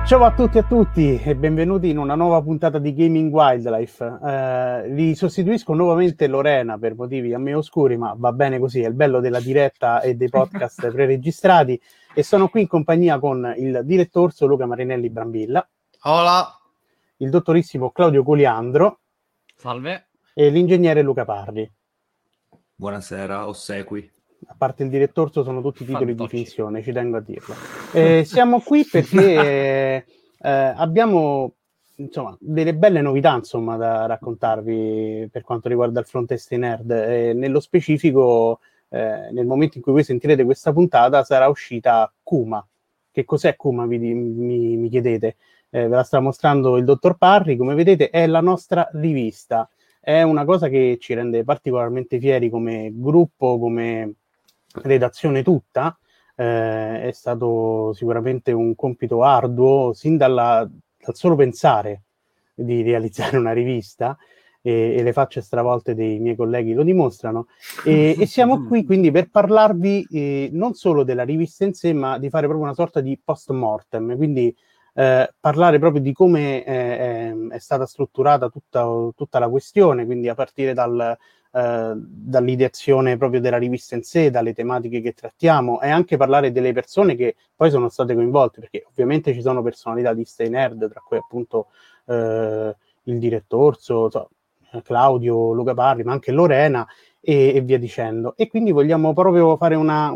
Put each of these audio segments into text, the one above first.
Ciao a tutti e a tutti e benvenuti in una nuova puntata di Gaming Wildlife. Vi sostituisco nuovamente Lorena per motivi a me oscuri, ma va bene così, è il bello della diretta e dei podcast preregistrati, e sono qui in compagnia con il direttorso Luca Marinelli Brambilla. Hola. Il dottorissimo Claudio Coliandro. Salve. E l'ingegnere Luca Parri. Buonasera, ossequi. A parte il direttorso sono tutti titoli di finzione, ci tengo a dirlo. Siamo qui perché abbiamo insomma delle belle novità insomma da raccontarvi per quanto riguarda il Front Est Nerd. Nello specifico, nel momento in cui voi sentirete questa puntata sarà uscita Kuma. Che cos'è Kuma, mi chiedete? Ve la sta mostrando il dottor Parri. Come vedete è la nostra rivista. È una cosa che ci rende particolarmente fieri come gruppo, come redazione tutta. È stato sicuramente un compito arduo sin dal solo pensare di realizzare una rivista, e le facce stravolte dei miei colleghi lo dimostrano, e siamo qui quindi per parlarvi non solo della rivista in sé, ma di fare proprio una sorta di post mortem, quindi parlare proprio di come è stata strutturata tutta la questione, quindi a partire dall'ideazione proprio della rivista in sé, dalle tematiche che trattiamo, e anche parlare delle persone che poi sono state coinvolte, perché ovviamente ci sono personalità di Stay Nerd, tra cui appunto il direttorso, Claudio, Luca Parri, ma anche Lorena e via dicendo. E quindi vogliamo proprio fare una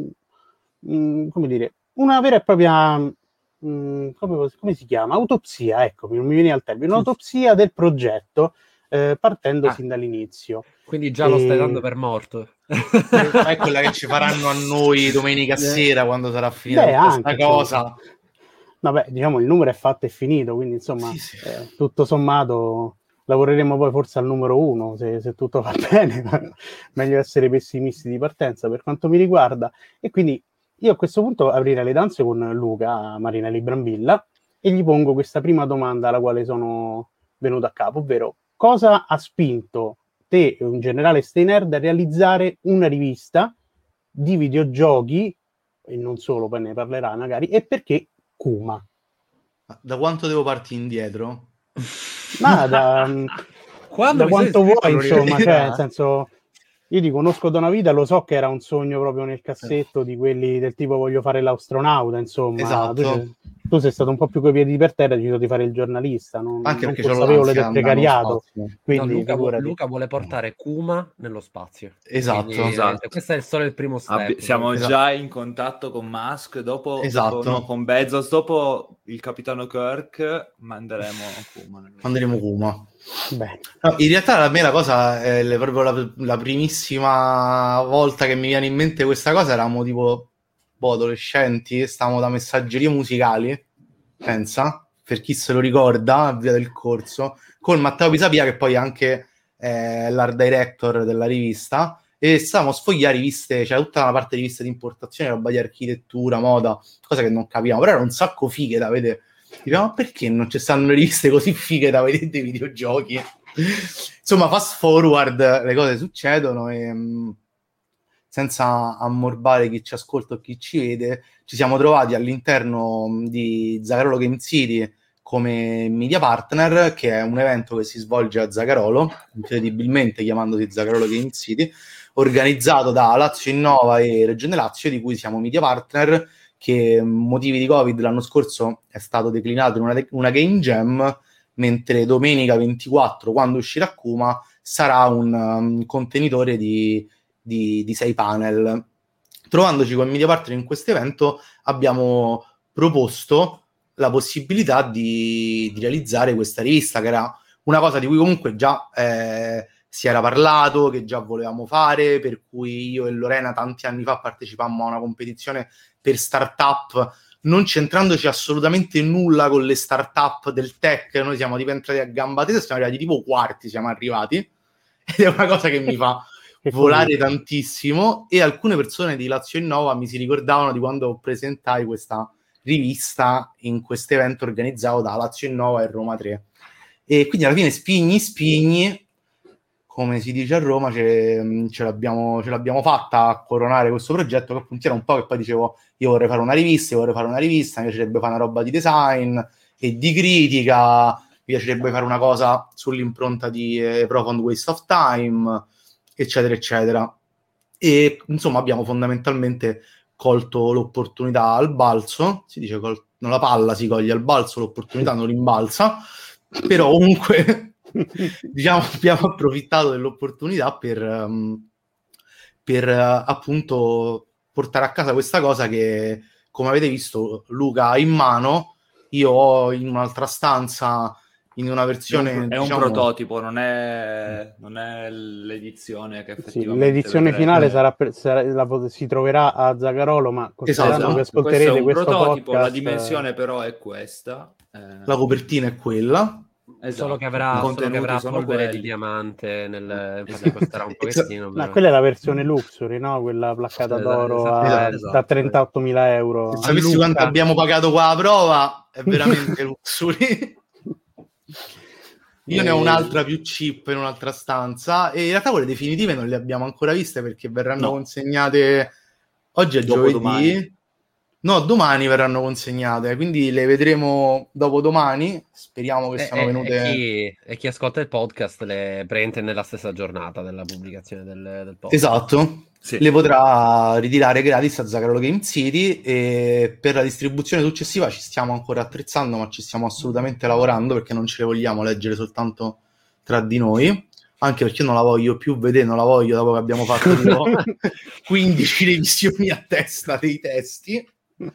vera e propria come si chiama? Autopsia, ecco, non mi viene al termine, un'autopsia del progetto, partendo sin dall'inizio. Quindi già lo stai dando per morto. È quella che ci faranno a noi domenica sera quando sarà finita questa cosa. Vabbè, diciamo il numero è fatto e finito, quindi insomma sì. Tutto sommato lavoreremo poi forse al numero 1 se tutto va bene. Meglio essere pessimisti di partenza per quanto mi riguarda. E quindi io a questo punto aprirei le danze con Luca Marinelli Brambilla e gli pongo questa prima domanda alla quale sono venuto a capo, ovvero: cosa ha spinto te e in generale Stay Nerd a realizzare una rivista di videogiochi, e non solo, poi ne parlerà magari, e perché Kuma? Da quanto devo partire indietro? Ma da quanto vuoi, insomma, cioè, nel senso, io ti conosco da una vita, lo so che era un sogno proprio nel cassetto di quelli del tipo voglio fare l'astronauta, insomma. Esatto. Tu sei stato un po' più coi piedi per terra, hai deciso di fare il giornalista, anche non perché consapevole del precariato. Quindi Luca vuole portare Kuma nello spazio. Esatto, quindi, esatto. Questo è solo il primo step. Siamo già in contatto con Musk, dopo con Bezos, dopo il capitano Kirk manderemo Kuma. No, in realtà a me la cosa è proprio la primissima volta che mi viene in mente questa cosa, eravamo tipo adolescenti, stavamo da messaggerie musicali, pensa, per chi se lo ricorda, a via del corso, con Matteo Pisapia, che poi è anche l'art director della rivista, e stavamo a sfogliare riviste, cioè tutta una parte di riviste di importazione, roba di architettura, moda, cosa che non capiamo, però era un sacco fighe da vedere. Diciamo, ma perché non ci stanno riviste così fighe da vedere dei videogiochi? Insomma, fast forward, le cose succedono e senza ammorbare chi ci ascolta o chi ci vede, ci siamo trovati all'interno di Zagarolo Game City come media partner, che è un evento che si svolge a Zagarolo, incredibilmente chiamandosi Zagarolo Game City, organizzato da Lazio Innova e Regione Lazio, di cui siamo media partner, che motivi di Covid l'anno scorso è stato declinato in una Game Jam, mentre domenica 24, quando uscirà Kuma, sarà un contenitore di 6 panel. Trovandoci con media partner in questo evento, abbiamo proposto la possibilità di realizzare questa rivista, che era una cosa di cui comunque già si era parlato, che già volevamo fare, per cui io e Lorena tanti anni fa partecipammo a una competizione per startup, non c'entrandoci assolutamente nulla con le startup del tech. Noi siamo entrati a gamba tesa, siamo arrivati tipo quarti, siamo arrivati, ed è una cosa che mi fa volare tantissimo, e alcune persone di Lazio Innova mi si ricordavano di quando presentai questa rivista in questo evento organizzato da Lazio Innova e Roma 3, e quindi alla fine spigni come si dice a Roma, ce l'abbiamo fatta a coronare questo progetto, che appunto era un po' che poi dicevo, io vorrei fare una rivista, mi piacerebbe fare una roba di design e di critica, mi piacerebbe fare una cosa sull'impronta di Profound Waste of Time, eccetera, eccetera. E insomma abbiamo fondamentalmente colto l'opportunità al balzo, si dice non la palla si coglie al balzo, l'opportunità non rimbalza, però comunque diciamo abbiamo approfittato dell'opportunità per appunto portare a casa questa cosa che, come avete visto, Luca ha in mano, io ho in un'altra stanza, in una versione è un prototipo, non è l'edizione che effettivamente l'edizione finale si troverà a Zagarolo, ma considerando che ascolterete questo prototipo, podcast, la dimensione però è questa, la copertina è quella. Esatto. Solo che avrà polvere di diamante, infatti costerà un pochettino. Ma quella è la versione Luxury, no? Quella placcata d'oro da 38.000 euro. Se sapessi quanto abbiamo pagato qua la prova, è veramente Luxury. Io ne ho un'altra più cheap in un'altra stanza, e in realtà quelle definitive non le abbiamo ancora viste perché verranno consegnate oggi, è giovedì. Domani. No, domani verranno consegnate, quindi le vedremo dopodomani. Speriamo che siano venute. E chi ascolta il podcast le prende nella stessa giornata della pubblicazione del podcast. Esatto, sì. Le potrà ritirare gratis a Zagarolo Game City, e per la distribuzione successiva ci stiamo ancora attrezzando, ma ci stiamo assolutamente lavorando, perché non ce le vogliamo leggere soltanto tra di noi, anche perché io non la voglio più vedere, non la voglio dopo che abbiamo fatto tipo 15 revisioni a testa dei testi.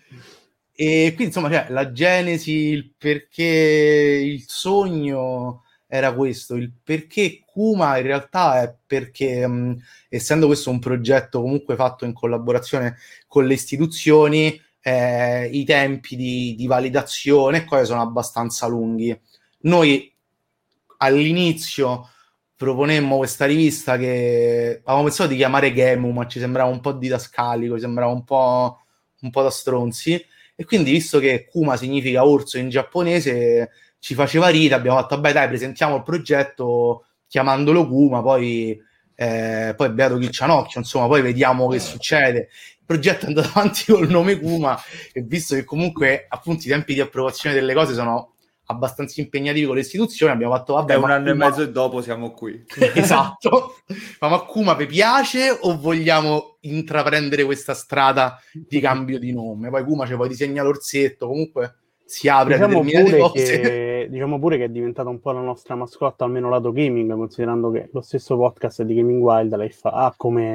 E quindi insomma la genesi, il perché, il sogno era questo, il perché Kuma in realtà è perché essendo questo un progetto comunque fatto in collaborazione con le istituzioni, i tempi di validazione e cose sono abbastanza lunghi. Noi all'inizio proponemmo questa rivista che avevamo pensato di chiamare Gemu, ma ci sembrava un po' didascalico, ci sembrava un po' da stronzi, e quindi visto che Kuma significa orso in giapponese, ci faceva rita, abbiamo fatto vabbè dai, presentiamo il progetto chiamandolo Kuma, poi beato chi c'ha un occhio, insomma, poi vediamo che succede. Il progetto è andato avanti col nome Kuma, e visto che comunque appunto i tempi di approvazione delle cose sono abbastanza impegnativi con le istituzioni, abbiamo fatto vabbè, un anno e mezzo e dopo siamo qui. Esatto. Ma Kuma vi piace o vogliamo intraprendere questa strada di cambio di nome? Poi Kuma poi disegna l'orsetto, comunque si apre a determinate cose. Diciamo pure che è diventata un po' la nostra mascotta, almeno lato gaming, considerando che lo stesso podcast di Gaming Wildlife ha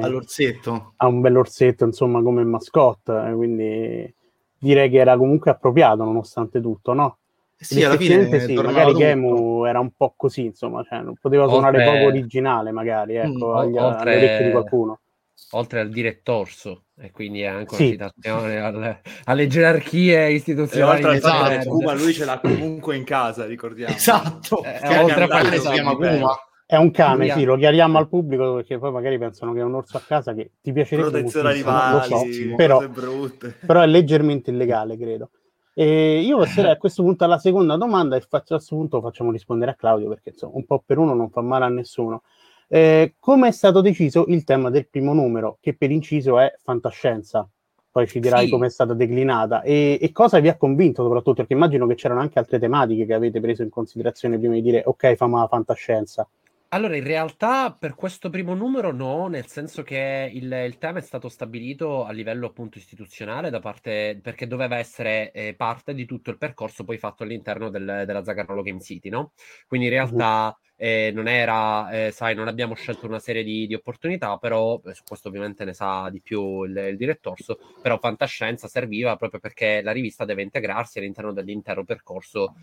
un bell'orsetto, insomma, come mascotte, quindi direi che era comunque appropriato nonostante tutto, no? Sì, alla fine sì, magari Gemu era un po' così, insomma, cioè, non poteva suonare poco originale, magari, ecco, alle orecchie di qualcuno. Oltre al direttorso, e quindi è anche una citazione alle gerarchie istituzionali. E oltre al fatto Kuma, lui ce l'ha comunque in casa, ricordiamo. Esatto, oltre a quello si chiama Kuma. È un cane, sì, lo chiariamo al pubblico perché poi magari pensano che è un orso a casa, che ti piacerebbe protezione animali, lo so, però, brutte. Però è leggermente illegale, credo. E io passerei a questo punto alla seconda domanda, e a questo punto facciamo rispondere a Claudio, perché insomma un po' per uno non fa male a nessuno. Come è stato deciso il tema del primo numero, che per inciso è fantascienza? Poi ci dirai come è stata declinata e cosa vi ha convinto soprattutto, perché immagino che c'erano anche altre tematiche che avete preso in considerazione prima di dire ok, famo la fantascienza. Allora, in realtà per questo primo numero no, nel senso che il tema è stato stabilito a livello appunto istituzionale perché doveva essere parte di tutto il percorso poi fatto all'interno della Zagarolo Game City, no? Quindi in realtà non era, non abbiamo scelto una serie di opportunità, però su questo ovviamente ne sa di più il direttorso, però fantascienza serviva proprio perché la rivista deve integrarsi all'interno dell'intero percorso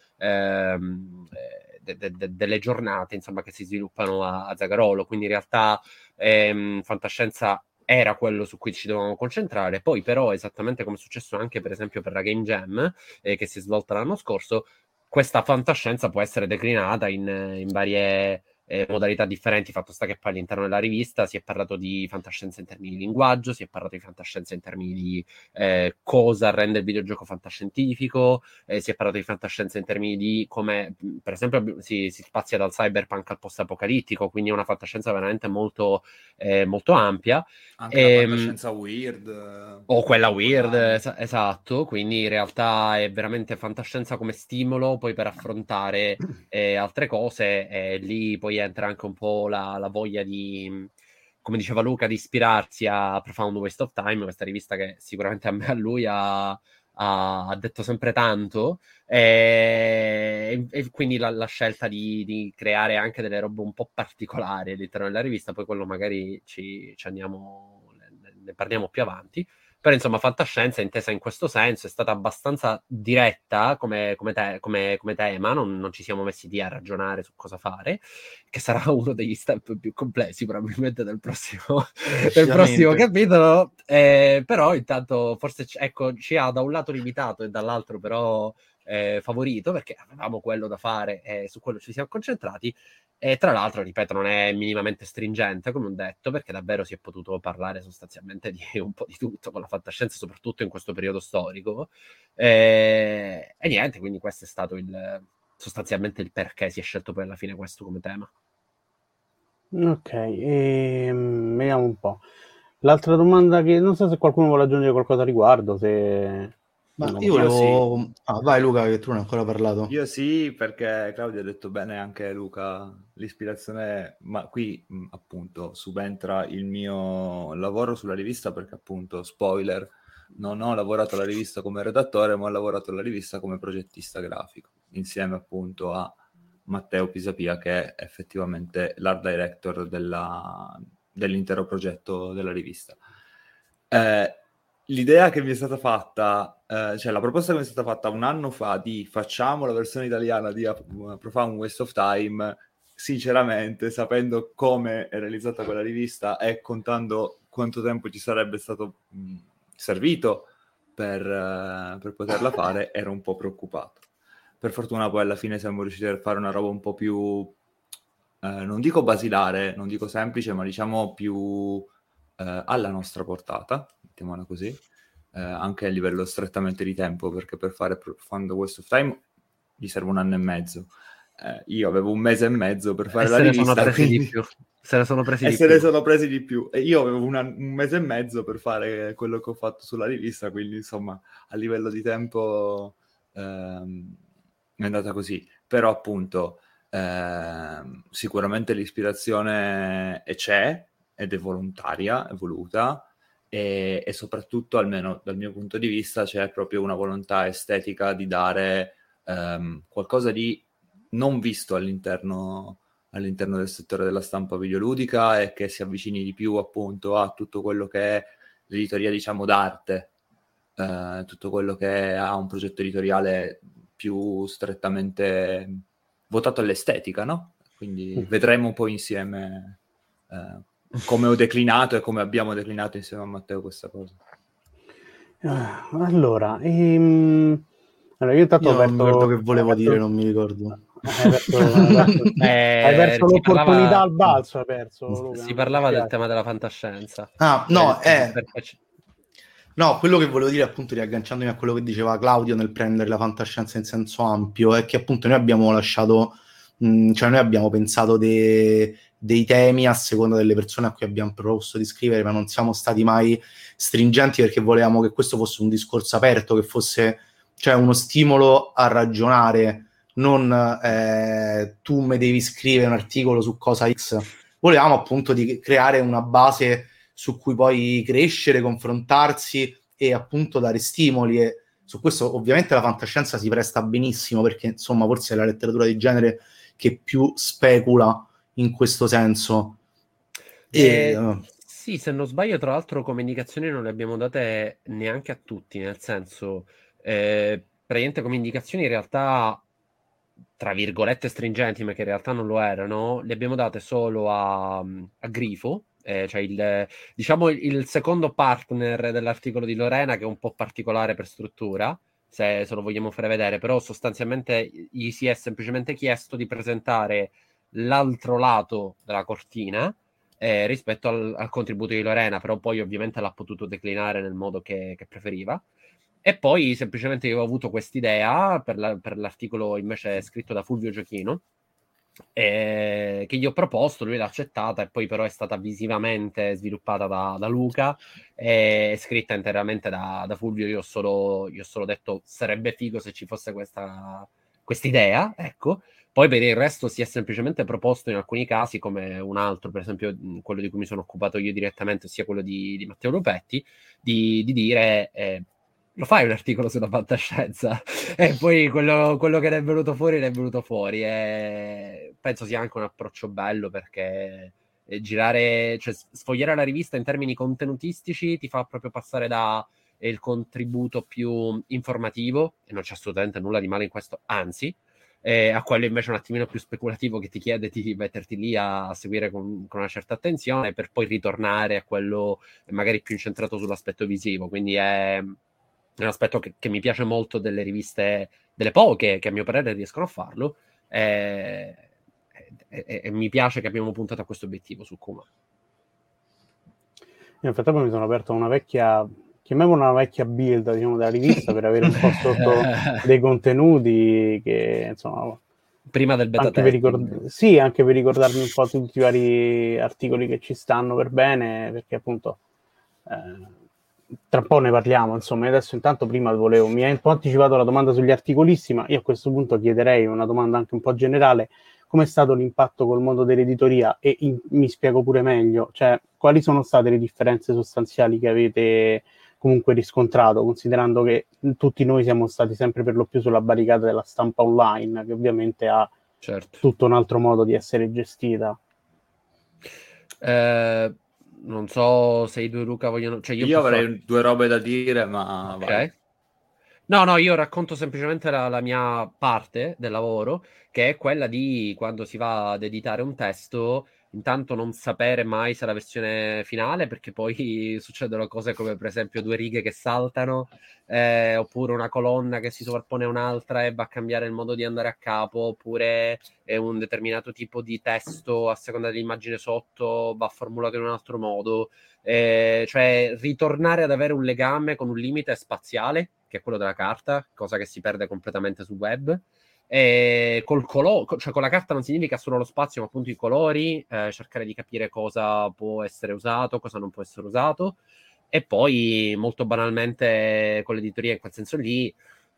delle giornate, insomma, che si sviluppano a Zagarolo. Quindi in realtà fantascienza era quello su cui ci dovevamo concentrare. Poi però, esattamente come è successo anche per esempio per la Game Jam che si è svolta l'anno scorso, questa fantascienza può essere declinata in varie modalità differenti, fatto sta che poi all'interno della rivista si è parlato di fantascienza in termini di linguaggio, si è parlato di fantascienza in termini di cosa rende il videogioco fantascientifico, si è parlato di fantascienza in termini di come, per esempio, si spazia dal cyberpunk al post-apocalittico, quindi è una fantascienza veramente molto, molto ampia. Anche la fantascienza weird. O quella weird, esatto, quindi in realtà è veramente fantascienza come stimolo, poi per affrontare altre cose, e lì poi entra anche un po' la voglia di, come diceva Luca, di ispirarsi a Profound Waste of Time, questa rivista che sicuramente a lui ha detto sempre tanto, e quindi la scelta di creare anche delle robe un po' particolari all'interno della rivista, poi quello magari ci andiamo, ne parliamo più avanti. Però insomma fantascienza intesa in questo senso è stata abbastanza diretta come tema, non ci siamo messi lì a ragionare su cosa fare, che sarà uno degli step più complessi probabilmente del prossimo capitolo, però intanto forse ecco, ci ha da un lato limitato e dall'altro però favorito, perché avevamo quello da fare e su quello ci siamo concentrati. E tra l'altro, ripeto, non è minimamente stringente, come ho detto, perché davvero si è potuto parlare sostanzialmente di un po' di tutto con la fantascienza, soprattutto in questo periodo storico. E niente, quindi questo è stato sostanzialmente il perché si è scelto poi alla fine questo come tema. Ok, vediamo un po'. L'altra domanda che non so se qualcuno vuole aggiungere qualcosa a riguardo, se... Ma io volevo... Sì. Vai Luca, che tu non hai ancora parlato. Io sì, perché Claudio ha detto bene anche Luca, l'ispirazione, ma qui appunto subentra il mio lavoro sulla rivista, perché appunto, spoiler, non ho lavorato alla rivista come redattore, ma ho lavorato alla rivista come progettista grafico, insieme appunto a Matteo Pisapia, che è effettivamente l'art director dell'intero progetto della rivista. L'idea che mi è stata fatta, cioè la proposta che mi è stata fatta un anno fa di facciamo la versione italiana di Profound Waste of Time, sinceramente, sapendo come è realizzata quella rivista e contando quanto tempo ci sarebbe stato servito per poterla fare, ero un po' preoccupato. Per fortuna poi alla fine siamo riusciti a fare una roba un po' più, non dico basilare, non dico semplice, ma diciamo più alla nostra portata, mettiamola così, anche a livello strettamente di tempo, perché per fare Profound Waste of Time gli serve 1 anno e mezzo. Io avevo 1 mese e mezzo per fare la rivista, se ne sono presi di più. E io avevo 1 mese e mezzo per fare quello che ho fatto sulla rivista, quindi insomma a livello di tempo è andata così. Però appunto sicuramente l'ispirazione c'è ed è volontaria, è voluta, e soprattutto, almeno dal mio punto di vista, c'è proprio una volontà estetica di dare qualcosa di non visto all'interno del settore della stampa videoludica, e che si avvicini di più appunto a tutto quello che è l'editoria, diciamo, d'arte, tutto quello che ha un progetto editoriale più strettamente votato all'estetica, no? Quindi vedremo poi insieme come ho declinato e come abbiamo declinato insieme a Matteo questa cosa. Allora, io intanto non mi ricordo che volevo dire, non mi ricordo. Hai perso l'opportunità al balzo, hai perso, Luca, si parlava del tema della fantascienza. No, quello che volevo dire, appunto, riagganciandomi a quello che diceva Claudio nel prendere la fantascienza in senso ampio, è che appunto noi abbiamo lasciato, cioè noi abbiamo pensato dei temi a seconda delle persone a cui abbiamo proposto di scrivere, ma non siamo stati mai stringenti, perché volevamo che questo fosse un discorso aperto, che fosse, cioè, uno stimolo a ragionare, non tu mi devi scrivere un articolo su cosa X. Volevamo appunto di creare una base su cui poi crescere, confrontarsi e appunto dare stimoli, e su questo ovviamente la fantascienza si presta benissimo, perché insomma forse è la letteratura di genere che più specula in questo senso. Sì, se non sbaglio, tra l'altro come indicazioni non le abbiamo date neanche a tutti, nel senso praticamente come indicazioni in realtà tra virgolette stringenti, ma che in realtà non lo erano, le abbiamo date solo a Grifo, cioè il secondo partner dell'articolo di Lorena, che è un po' particolare per struttura, se lo vogliamo fare vedere, però sostanzialmente gli si è semplicemente chiesto di presentare l'altro lato della cortina rispetto al contributo di Lorena, però poi ovviamente l'ha potuto declinare nel modo che preferiva. E poi semplicemente io ho avuto quest'idea per l'articolo invece scritto da Fulvio Giochino, che gli ho proposto, lui l'ha accettata, e poi però è stata visivamente sviluppata da Luca, e scritta interamente da Fulvio. Io ho solo detto sarebbe figo se ci fosse quest'idea, ecco. Poi per il resto si è semplicemente proposto in alcuni casi, come un altro, per esempio quello di cui mi sono occupato io direttamente, ossia quello di Matteo Lupetti, di dire lo fai un articolo sulla fantascienza? E poi quello che ne è venuto fuori, e penso sia anche un approccio bello, perché girare, cioè sfogliare la rivista in termini contenutistici ti fa proprio passare da il contributo più informativo, e non c'è assolutamente nulla di male in questo, anzi, a quello invece un attimino più speculativo, che ti chiede di metterti lì a seguire con una certa attenzione, per poi ritornare a quello magari più incentrato sull'aspetto visivo. Quindi è un aspetto che mi piace molto delle riviste, delle poche che a mio parere riescono a farlo, e mi piace che abbiamo puntato a questo obiettivo su Kuma. Nel frattempo mi sono aperto una vecchia, chiamiamola una vecchia build, diciamo, della rivista, per avere un po' sotto dei contenuti che, insomma, prima del beta anche sì, anche per ricordarmi un po' tutti i vari articoli che ci stanno per bene, perché appunto tra un po' ne parliamo, insomma. Adesso intanto prima mi hai un po' anticipato la domanda sugli articolisti, ma io a questo punto chiederei una domanda anche un po' generale: com'è stato l'impatto col mondo dell'editoria? E mi spiego pure meglio, cioè quali sono state le differenze sostanziali che avete comunque riscontrato, considerando che tutti noi siamo stati sempre per lo più sulla barricata della stampa online, che ovviamente ha tutto un altro modo di essere gestita. Non so se i due Luca vogliono... Cioè io avrei due robe da dire, ma ok. No, io racconto semplicemente la mia parte del lavoro, che è quella di quando si va ad editare un testo, intanto non sapere mai se è la versione finale, perché poi succedono cose come per esempio 2 righe che saltano, oppure una colonna che si sovrappone a un'altra e va a cambiare il modo di andare a capo, oppure un determinato tipo di testo a seconda dell'immagine sotto va formulato in un altro modo. Cioè ritornare ad avere un legame con un limite spaziale, che è quello della carta, cosa che si perde completamente sul web. E cioè con la carta non significa solo lo spazio, ma appunto i colori, cercare di capire cosa può essere usato, cosa non può essere usato, e poi molto banalmente con l'editoria in quel senso lì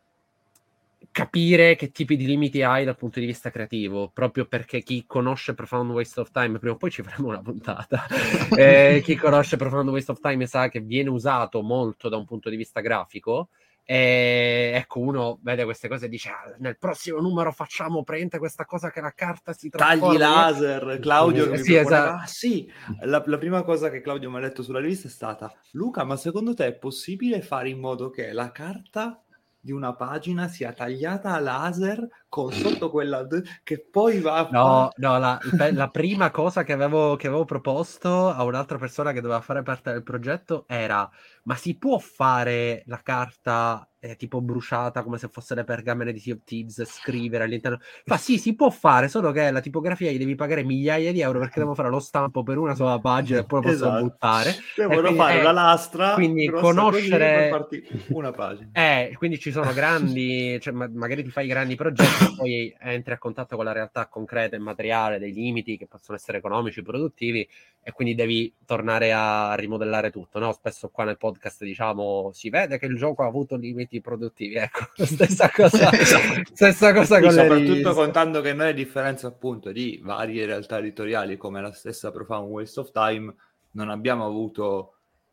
capire che tipi di limiti hai dal punto di vista creativo, proprio perché chi conosce Profound Waste of Time, prima o poi ci faremo una puntata, chi conosce Profound Waste of Time sa che viene usato molto da un punto di vista grafico, e ecco, uno vede queste cose e dice nel prossimo numero facciamo prende questa cosa che la carta si trasforma, tagli laser. Claudio che mi proponeva, esatto. sì, la prima cosa che Claudio mi ha detto sulla rivista è stata: Luca, ma secondo te è possibile fare in modo che la carta di una pagina sia tagliata a laser con sotto quella che poi va a la prima cosa che avevo proposto a un'altra persona che doveva fare parte del progetto era: ma si può fare la carta tipo bruciata come se fosse le pergamene di Sea of Thieves, scrivere all'interno? Ma sì, si può fare, solo che la tipografia gli devi pagare migliaia di euro, perché devo fare lo stampo per una sola pagina e poi lo posso buttare. Devono fare una lastra, quindi conoscere per farti una pagina. Quindi ci sono grandi, cioè magari ti fai grandi progetti, poi entri a contatto con la realtà concreta e materiale dei limiti che possono essere economici, produttivi, e quindi devi tornare a rimodellare tutto, no? Spesso qua nel podcast diciamo si vede che il gioco ha avuto limiti produttivi, ecco, stessa cosa con le soprattutto contando che noi, a differenza appunto di varie realtà editoriali come la stessa Profound Waste of Time, non abbiamo avuto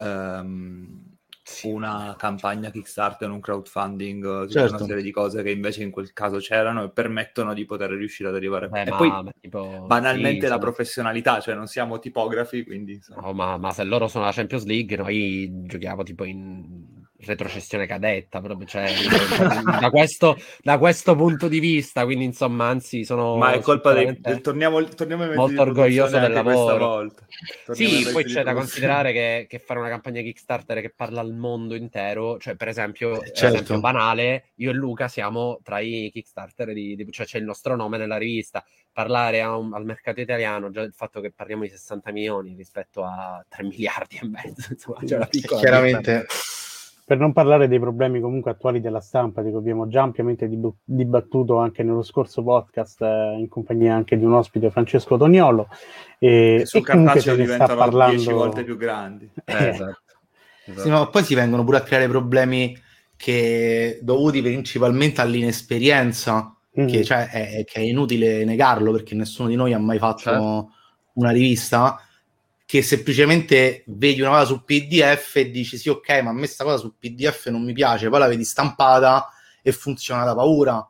una campagna Kickstarter, un crowdfunding, una serie di cose che invece in quel caso c'erano e permettono di poter riuscire ad arrivare a... e poi tipo, banalmente la professionalità, cioè non siamo tipografi, quindi no, ma se loro sono la Champions League, noi giochiamo tipo in retrocessione cadetta proprio, cioè, da questo punto di vista, quindi insomma, anzi ma è colpa torniamo ai mezzi molto orgoglioso del lavoro. Volta. Sì, poi c'è da considerare che fare una campagna Kickstarter che parla al mondo intero, cioè per esempio, esempio banale, io e Luca siamo tra i Kickstarter cioè c'è il nostro nome nella rivista. Parlare al mercato italiano, già il fatto che parliamo di 60 milioni rispetto a 3 miliardi e mezzo, insomma, c'è una piccola chiaramente. Per non parlare dei problemi comunque attuali della stampa, di cui abbiamo già ampiamente dibattuto anche nello scorso podcast, in compagnia anche di un ospite, Francesco Toniolo, e su cartaceo se diventano sta parlando 10 volte più grandi. Esatto. Sì, ma poi si vengono pure a creare problemi che dovuti principalmente all'inesperienza, che, cioè, che è inutile negarlo, perché nessuno di noi ha mai fatto una rivista, che semplicemente vedi una cosa su PDF e dici sì, ok, ma a me sta cosa su PDF non mi piace, poi la vedi stampata e funziona da paura.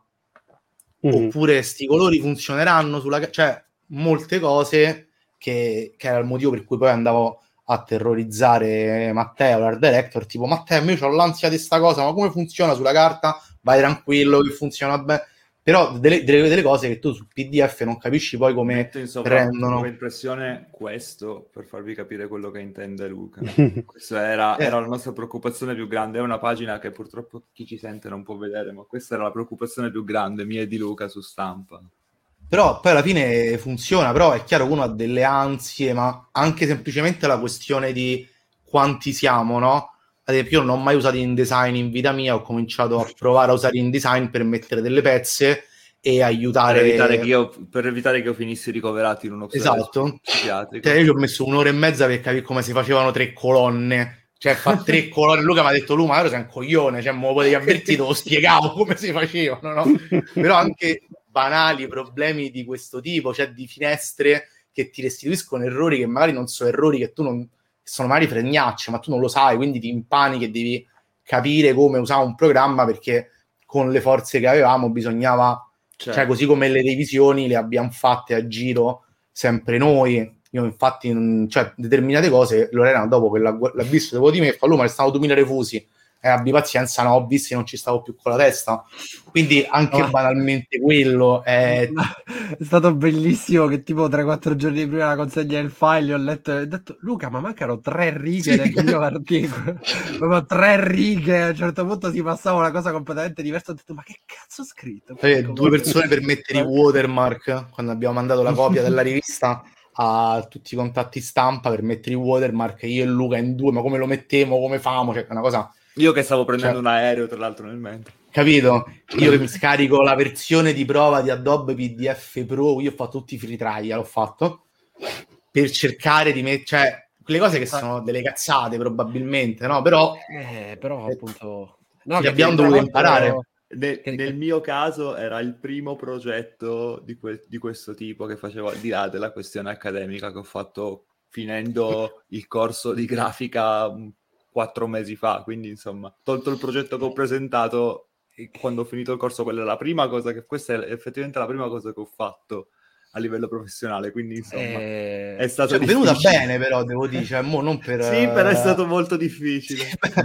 Oppure sti colori funzioneranno cioè molte cose che era il motivo per cui poi andavo a terrorizzare Matteo, l'art director, tipo Matteo, io ho l'ansia di sta cosa, ma come funziona sulla carta? Vai tranquillo che funziona bene. Però delle cose che tu su PDF non capisci poi come metto in rendono impressione questo per farvi capire quello che intende Luca. Questa era la nostra preoccupazione più grande. È una pagina che purtroppo chi ci sente non può vedere, ma questa era la preoccupazione più grande mia e di Luca su stampa. Però poi alla fine funziona, però è chiaro che uno ha delle ansie, ma anche semplicemente la questione di quanti siamo, no? Ad esempio, io non ho mai usato InDesign in vita mia, ho cominciato a provare a usare InDesign per mettere delle pezze e aiutare... Per evitare che io finissi ricoverato in un ospedale psichiatrico. Io ci ho messo 1 ora e mezza per capire come si facevano 3 colonne. Cioè, fa 3 colonne. Luca mi ha detto, ma io sei un coglione, cioè, me lo potevi avvertire, lo spiegavo come si facevano, no? Però anche banali problemi di questo tipo, cioè di finestre che ti restituiscono errori che magari non sono errori che tu non... sono magari fregnacce, ma tu non lo sai, quindi ti impani che devi capire come usare un programma, perché con le forze che avevamo bisognava, cioè così come le revisioni le abbiamo fatte a giro sempre noi. Io infatti, cioè, determinate cose Lorena dopo che l'ha visto dopo di me fa, ma restano 2000 refusi, abbi pazienza, no, ho visto, non ci stavo più con la testa, quindi anche banalmente quello è stato bellissimo che tipo 3-4 giorni prima la consegna del file ho letto e ho detto Luca, ma mancano 3 righe del mio articolo, proprio 3 righe, a un certo punto si passava una cosa completamente diversa, ho detto ma che cazzo ho scritto? 2 persone per mettere i watermark quando abbiamo mandato la copia della rivista a tutti i contatti stampa per mettere i watermark, io e Luca in 2, ma come lo mettiamo, come famo, cioè una cosa... Io che stavo prendendo un aereo tra l'altro nel mentre, capito? Io che mi scarico la versione di prova di Adobe PDF Pro, io ho fatto tutti i free trial, l'ho fatto per cercare di mettere, cioè quelle cose che sono delle cazzate probabilmente, no? Però appunto che abbiamo dovuto imparare. Nel mio caso era il primo progetto di questo tipo che facevo, al di là della questione accademica, che ho fatto finendo il corso di grafica 4 mesi fa, quindi insomma, tolto il progetto che ho presentato quando ho finito il corso, quella è la prima cosa questa è effettivamente la prima cosa che ho fatto a livello professionale, quindi insomma è stato venuta bene, però devo dire, cioè, non per... sì, però è stato molto difficile. A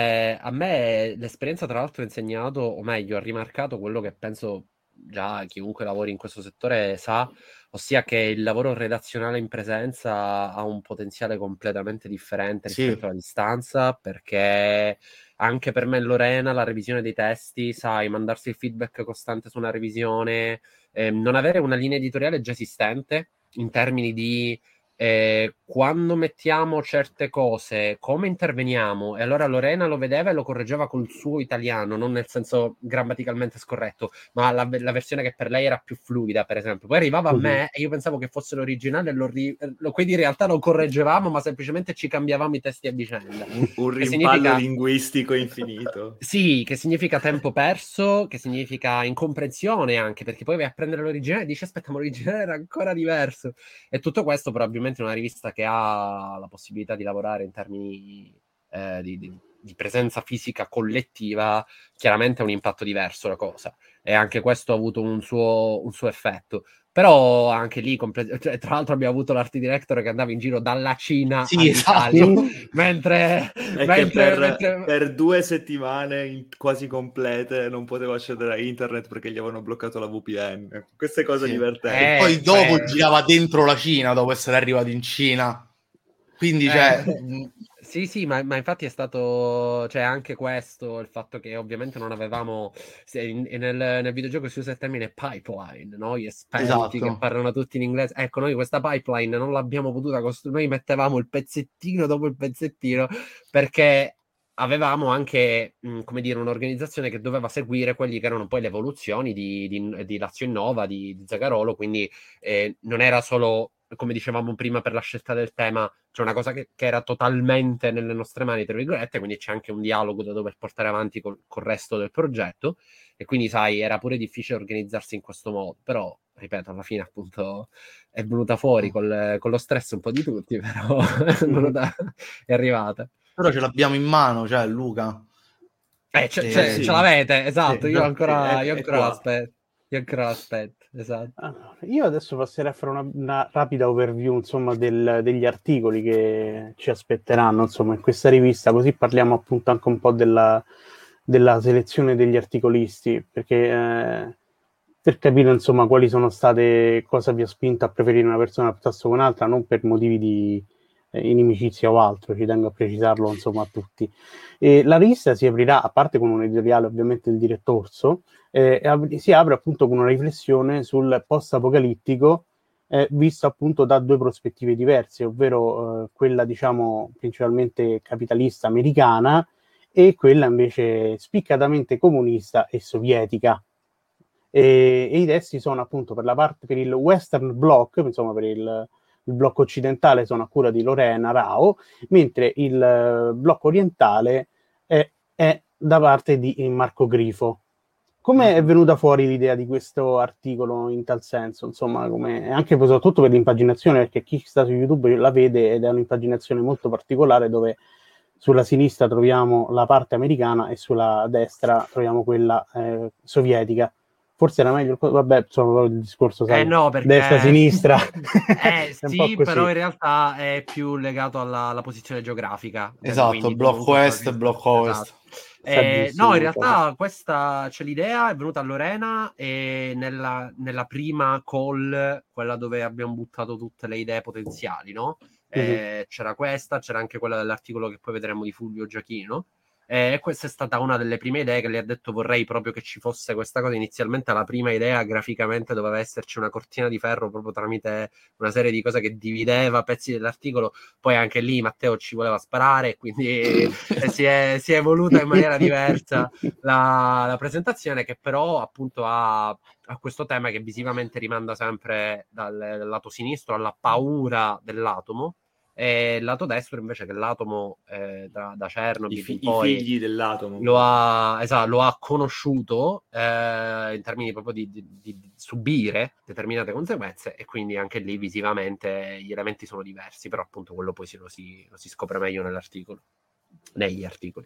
me l'esperienza tra l'altro ha insegnato, o meglio ha rimarcato quello che penso già chiunque lavori in questo settore sa, ossia che il lavoro redazionale in presenza ha un potenziale completamente differente rispetto alla distanza, perché anche per me e Lorena la revisione dei testi, sai, mandarsi il feedback costante su una revisione, non avere una linea editoriale già esistente in termini di quando mettiamo certe cose, come interveniamo, e allora Lorena lo vedeva e lo correggeva col suo italiano, non nel senso grammaticalmente scorretto, ma la versione che per lei era più fluida, per esempio. Poi arrivava a me e io pensavo che fosse l'originale e quindi in realtà lo correggevamo, ma semplicemente ci cambiavamo i testi a vicenda. Un rimpallo linguistico infinito. Sì, che significa tempo perso, che significa incomprensione anche, perché poi vai a prendere l'originale e dici aspetta, ma l'originale era ancora diverso. E tutto questo probabilmente in una rivista che ha la possibilità di lavorare in termini di presenza fisica collettiva, chiaramente ha un impatto diverso la cosa, e anche questo ha avuto un suo effetto. Però anche lì, cioè, tra l'altro abbiamo avuto l'art director che andava in giro dalla Cina all'Italia, mentre per 2 settimane quasi complete non poteva accedere a internet perché gli avevano bloccato la VPN. Queste cose divertenti. E poi dopo girava dentro la Cina, dopo essere arrivato in Cina. Quindi, sì, ma infatti è stato, cioè, anche questo, il fatto che ovviamente non avevamo, nel videogioco si usa il termine pipeline, no? Gli esperti che parlano tutti in inglese. Ecco, noi questa pipeline non l'abbiamo potuta costruire, noi mettevamo il pezzettino dopo il pezzettino, perché avevamo anche, come dire, un'organizzazione che doveva seguire quelli che erano poi le evoluzioni di Lazio Innova, di Zagarolo, quindi non era solo, come dicevamo prima, per la scelta del tema, c'è una cosa che era totalmente nelle nostre mani, tra virgolette, quindi c'è anche un dialogo da dover portare avanti col resto del progetto, e quindi, sai, era pure difficile organizzarsi in questo modo, però, ripeto, alla fine appunto è venuta fuori con lo stress un po' di tutti, però è arrivata. Però ce l'abbiamo in mano, cioè Luca. Ce l'avete, esatto, io ancora l'aspetto. Esatto. Allora, io adesso passerei a fare una rapida overview, insomma, degli articoli che ci aspetteranno, insomma, in questa rivista, così parliamo appunto anche un po' della selezione degli articolisti, perché per capire, insomma, quali sono state, cosa vi ha spinto a preferire una persona piuttosto che un'altra, non per motivi di inimicizia o altro, ci tengo a precisarlo, insomma, a tutti. E la rivista si aprirà, a parte con un editoriale ovviamente del direttorso, si apre appunto con una riflessione sul post-apocalittico visto appunto da 2 prospettive diverse, ovvero quella, diciamo, principalmente capitalista americana e quella invece spiccatamente comunista e sovietica. E i testi sono appunto per il Western Bloc, insomma per il blocco occidentale sono a cura di Lorena Rao, mentre il blocco orientale è da parte di Marco Grifo. Come è venuta fuori l'idea di questo articolo in tal senso? Insomma, anche soprattutto per l'impaginazione, perché chi sta su YouTube la vede ed è un'impaginazione molto particolare dove sulla sinistra troviamo la parte americana e sulla destra troviamo quella sovietica. Forse era meglio, vabbè, insomma, il discorso, sai, no, perché... destra-sinistra. Sì, però in realtà è più legato alla posizione geografica. Esatto, blocco est e blocco ovest. Esatto. No, in realtà questa c'è l'idea, è venuta a Lorena e nella prima call, quella dove abbiamo buttato tutte le idee potenziali, no? C'era questa, c'era anche quella dell'articolo che poi vedremo di Fulvio Giachino. E questa è stata una delle prime idee che le ha detto: vorrei proprio che ci fosse questa cosa. Inizialmente la prima idea graficamente doveva esserci una cortina di ferro proprio tramite una serie di cose che divideva pezzi dell'articolo, poi anche lì Matteo ci voleva sparare, quindi si è evoluta in maniera diversa la presentazione, che però appunto ha questo tema che visivamente rimanda sempre dal lato sinistro alla paura dell'atomo, e il lato destro invece che l'atomo da Chernobyl i poi figli dell'atomo lo ha conosciuto in termini proprio di subire determinate conseguenze, e quindi anche lì visivamente gli elementi sono diversi, però appunto quello poi lo si scopre meglio negli articoli.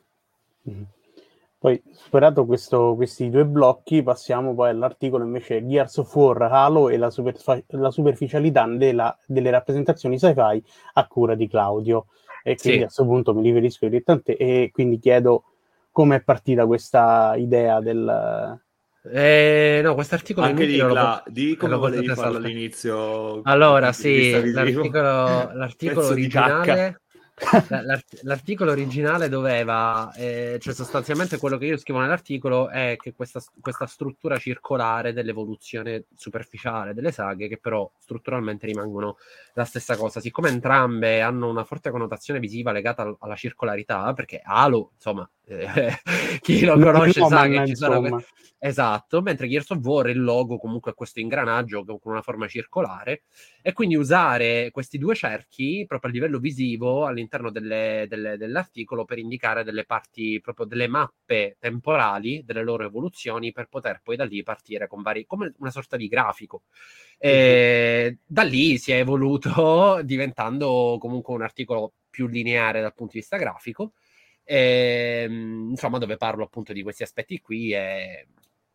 Poi, superato questi 2 blocchi, passiamo poi all'articolo invece Gears of War, Halo e la superficialità delle rappresentazioni sci-fi a cura di Claudio. E quindi a questo punto mi riferisco direttamente e quindi chiedo come è partita questa idea del... no, quest'articolo anche di come volevi farlo all'inizio. Allora, sì, l'articolo originale... L'articolo originale doveva, cioè sostanzialmente quello che io scrivo nell'articolo è che questa struttura circolare dell'evoluzione superficiale delle saghe, che però strutturalmente rimangono la stessa cosa, siccome entrambe hanno una forte connotazione visiva legata alla circolarità, perché Halo, insomma, chi lo conosce sa che ci sono esatto, mentre Gears of War il logo comunque è questo ingranaggio con una forma circolare, e quindi usare questi 2 cerchi proprio a livello visivo all'interno dell'articolo per indicare delle parti, proprio delle mappe temporali delle loro evoluzioni, per poter poi da lì partire con come una sorta di grafico. Da lì si è evoluto diventando comunque un articolo più lineare dal punto di vista grafico, insomma, dove parlo appunto di questi aspetti qui e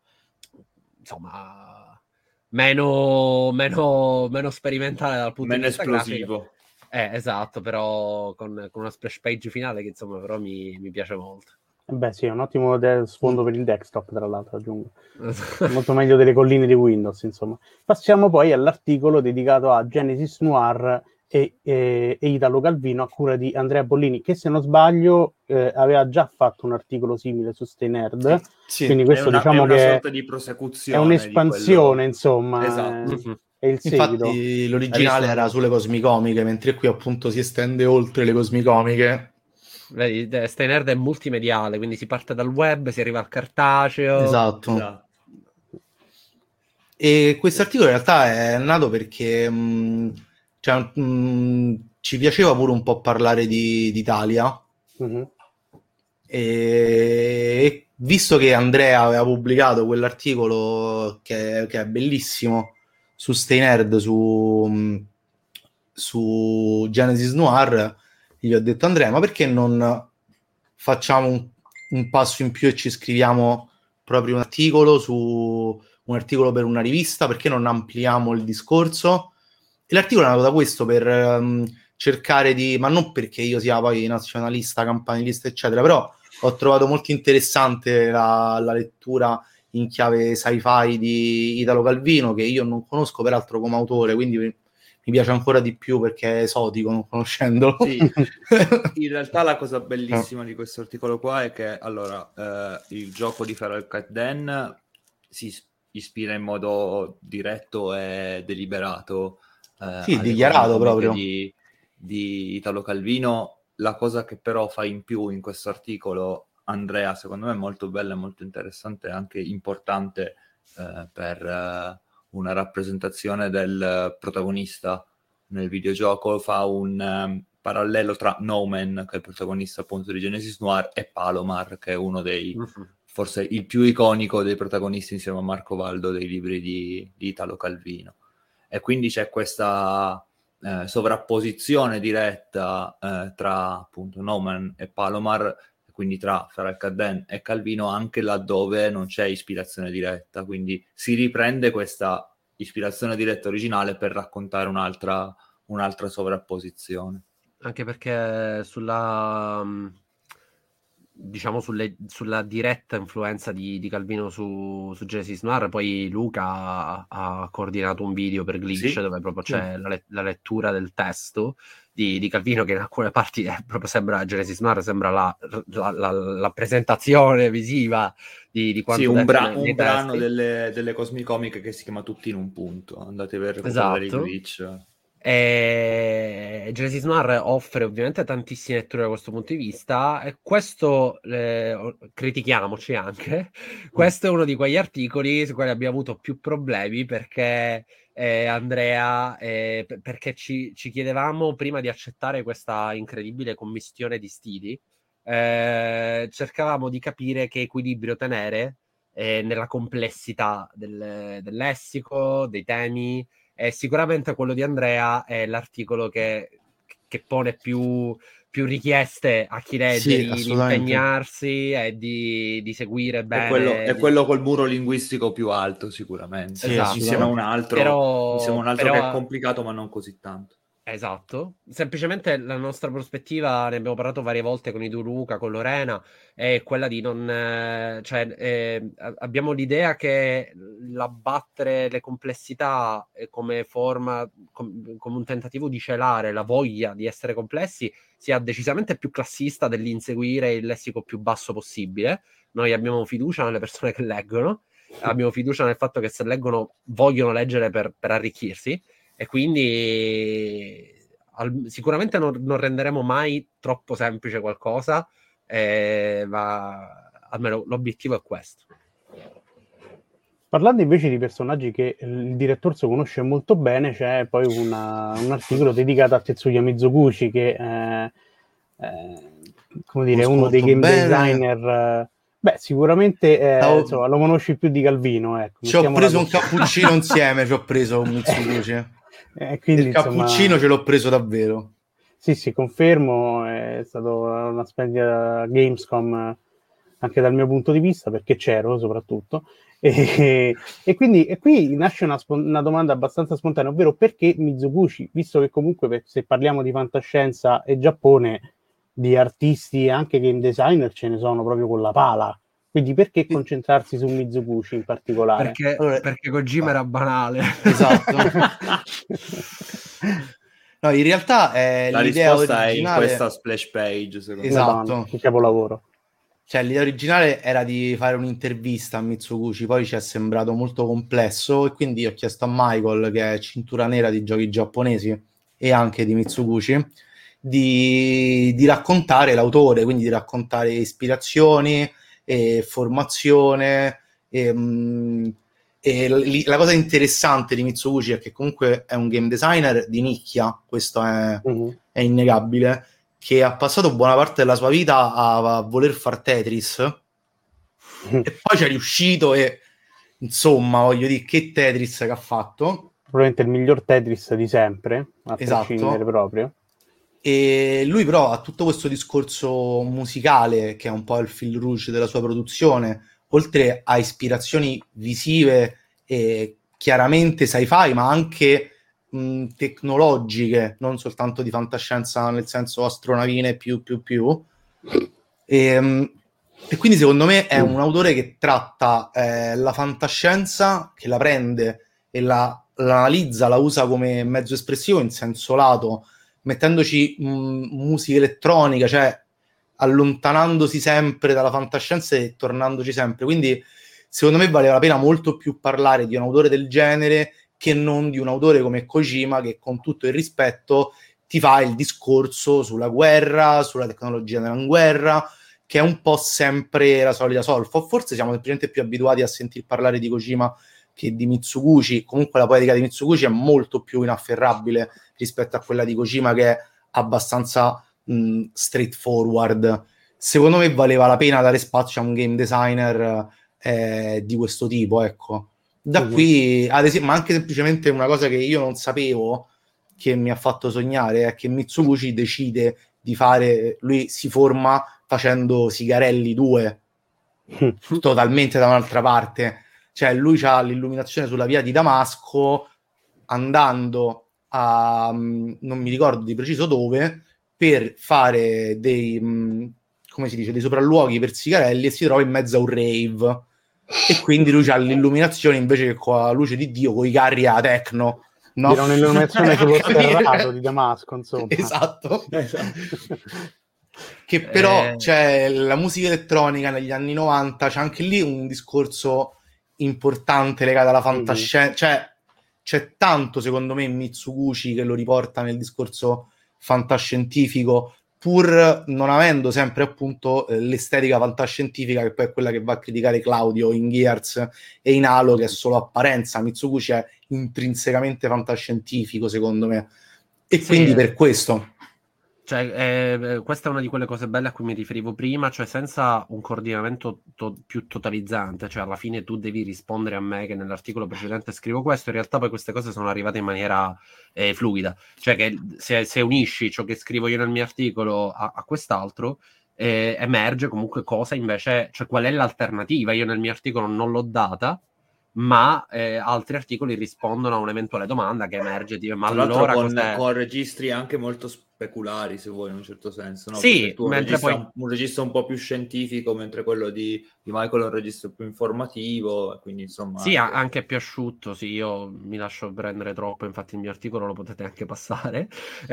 insomma meno sperimentale dal punto di vista esplosivo. grafico. Esatto, però con una splash page finale che insomma però mi piace molto. Beh sì, è un ottimo sfondo per il desktop, tra l'altro, aggiungo. Molto meglio delle colline di Windows, insomma. Passiamo poi all'articolo dedicato a Genesis Noir e Italo Calvino a cura di Andrea Bollini, che se non sbaglio aveva già fatto un articolo simile su Stay Nerd. Sì. Quindi questo diciamo è una che sorta di prosecuzione, è un'espansione, di quello... insomma. Esatto. È il seguito. Infatti l'originale era sulle cosmicomiche, mentre qui appunto si estende oltre le cosmicomiche. Vedi, Stay Nerd è multimediale, quindi si parte dal web, si arriva al cartaceo. Esatto. E questo articolo in realtà è nato perché ci piaceva pure un po' parlare d'Italia. E visto che Andrea aveva pubblicato quell'articolo che è bellissimo su Stay Nerd, su Genesis Noir, gli ho detto: Andrea, ma perché non facciamo un passo in più e ci scriviamo proprio un articolo per una rivista? Perché non ampliamo il discorso? E l'articolo è nato da questo, per cercare ma non perché io sia poi nazionalista, campanilista eccetera, però ho trovato molto interessante la lettura in chiave sci-fi di Italo Calvino, che io non conosco peraltro come autore, quindi mi piace ancora di più perché è esotico non conoscendolo. Sì. In realtà la cosa bellissima di questo articolo qua è che allora il gioco di Feral Cat Dan si ispira in modo diretto e deliberato dichiarato proprio di Italo Calvino. La cosa che però fa in più in questo articolo, Andrea, secondo me è molto bella e molto interessante e anche importante per una rappresentazione del protagonista nel videogioco. Fa un parallelo tra No Man, che è il protagonista appunto di Genesis Noir, e Palomar, che è uno dei forse il più iconico dei protagonisti insieme a Marco Valdo dei libri di Italo Calvino. E quindi c'è questa sovrapposizione diretta tra appunto No Man e Palomar, quindi tra Feral Cat Dan e Calvino, anche laddove non c'è ispirazione diretta, quindi si riprende questa ispirazione diretta originale per raccontare un'altra sovrapposizione. Anche perché sulla diretta influenza di Calvino su Genesis Noir, poi Luca ha coordinato un video per Glitch, sì, dove proprio c'è la lettura del testo di Calvino, che in alcune parti proprio sembra Genesis Noir, sembra la presentazione visiva di quanto un brano delle cosmicomiche che si chiama Tutti in un punto. Andate a recuperare i Glitch. Genesis Noir offre ovviamente tantissime letture da questo punto di vista, e questo critichiamoci anche. Questo è uno di quegli articoli su quali abbiamo avuto più problemi, perché Andrea, perché ci chiedevamo prima di accettare questa incredibile commistione di stili, cercavamo di capire che equilibrio tenere nella complessità del lessico, dei temi. Sicuramente quello di Andrea è l'articolo che pone più richieste a chi legge, di impegnarsi e di seguire bene. È quello col muro linguistico più alto, sicuramente. Sì, esatto. Insieme a un altro, che è complicato, ma non così tanto. Esatto, semplicemente la nostra prospettiva, ne abbiamo parlato varie volte con Idu Luca, con Lorena, è quella di non, abbiamo l'idea che l'abbattere le complessità come forma, come un tentativo di celare la voglia di essere complessi, sia decisamente più classista dell'inseguire il lessico più basso possibile. Noi abbiamo fiducia nelle persone che leggono, abbiamo fiducia nel fatto che se leggono vogliono leggere per arricchirsi. E quindi sicuramente non renderemo mai troppo semplice qualcosa, ma almeno l'obiettivo è questo. Parlando invece di personaggi che il Direttorso conosce molto bene, c'è poi un articolo dedicato a Tetsuya Mizoguchi, che come dire, è uno dei game designer. Sicuramente insomma, lo conosci più di Calvino. Ecco. Ci ho preso un cappuccino insieme, ci ho preso un Mitsubishi. Quindi, il cappuccino ce l'ho preso davvero. Sì, confermo, è stata una splendida Gamescom anche dal mio punto di vista, perché c'ero soprattutto, e quindi e qui nasce una domanda abbastanza spontanea, ovvero perché Mizoguchi, visto che comunque se parliamo di fantascienza e Giappone, di artisti e anche game designer ce ne sono proprio con la pala, quindi perché concentrarsi su Mizoguchi in particolare? Perché Kojima era banale. Esatto. No, in realtà la l'idea risposta originale... è in questa splash page, secondo Esatto. Madonna, che capolavoro. Cioè, l'idea originale era di fare un'intervista a Mitsuguchi, poi ci è sembrato molto complesso e quindi ho chiesto a Michael, che è cintura nera di giochi giapponesi e anche di Mitsuguchi, di raccontare l'autore, quindi di raccontare ispirazioni e formazione. La cosa interessante di Mitsuguchi è che comunque è un game designer di nicchia, questo è innegabile, che ha passato buona parte della sua vita a voler far Tetris e poi ci è riuscito e insomma, voglio dire, che Tetris che ha fatto. Probabilmente il miglior Tetris di sempre, a prescindere Esatto. proprio. E lui però ha tutto questo discorso musicale, che è un po' il fil rouge della sua produzione, oltre a ispirazioni visive e chiaramente sci-fi, ma anche tecnologiche, non soltanto di fantascienza nel senso astronavine più. E quindi secondo me è un autore che tratta la fantascienza, che la prende e la analizza, la usa come mezzo espressivo in senso lato, mettendoci musica elettronica, cioè allontanandosi sempre dalla fantascienza e tornandoci sempre. Quindi secondo me valeva la pena molto più parlare di un autore del genere che non di un autore come Kojima, che con tutto il rispetto ti fa il discorso sulla guerra, sulla tecnologia della guerra, che è un po' sempre la solita solfa. Forse siamo semplicemente più abituati a sentir parlare di Kojima che di Mitsuguchi. Comunque la poetica di Mitsuguchi è molto più inafferrabile rispetto a quella di Kojima, che è abbastanza straightforward. Secondo me valeva la pena dare spazio a un game designer di questo tipo, ecco. Da qui, ad esempio, ma anche semplicemente una cosa che io non sapevo, che mi ha fatto sognare, è che Mitsuguchi decide di fare, lui si forma facendo Sigarelli 2 totalmente da un'altra parte, cioè lui ha l'illuminazione sulla via di Damasco andando a non mi ricordo di preciso dove per fare dei come si dice, dei sopralluoghi per Sigarelli, e si trova in mezzo a un rave e quindi lui ha l'illuminazione invece che con la luce di Dio, con i carri a techno, no? Era un'illuminazione sullo sterrato di Damasco, insomma. Esatto. Che però c'è la musica elettronica negli anni 90, c'è anche lì un discorso importante legato alla fantascienza, cioè c'è tanto secondo me in Mitsuguchi che lo riporta nel discorso fantascientifico, pur non avendo sempre appunto l'estetica fantascientifica, che poi è quella che va a criticare Claudio in Gears e in Halo, che è solo apparenza. Mitsuguchi è intrinsecamente fantascientifico secondo me, e quindi per questo questa è una di quelle cose belle a cui mi riferivo prima, cioè senza un coordinamento più totalizzante, cioè alla fine tu devi rispondere a me che nell'articolo precedente scrivo questo, in realtà poi queste cose sono arrivate in maniera fluida, cioè che se unisci ciò che scrivo io nel mio articolo a quest'altro, emerge comunque cosa invece, cioè qual è l'alternativa. Io nel mio articolo non l'ho data, ma altri articoli rispondono a un'eventuale domanda che emerge di, ma tra allora l'altro con registri anche molto speculari, se vuoi, in un certo senso, no? Sì, tu mentre un registro un po' più scientifico, mentre quello di Michael è un registro più informativo, quindi insomma sì, anche più asciutto. Sì, io mi lascio prendere troppo, infatti il mio articolo lo potete anche passare,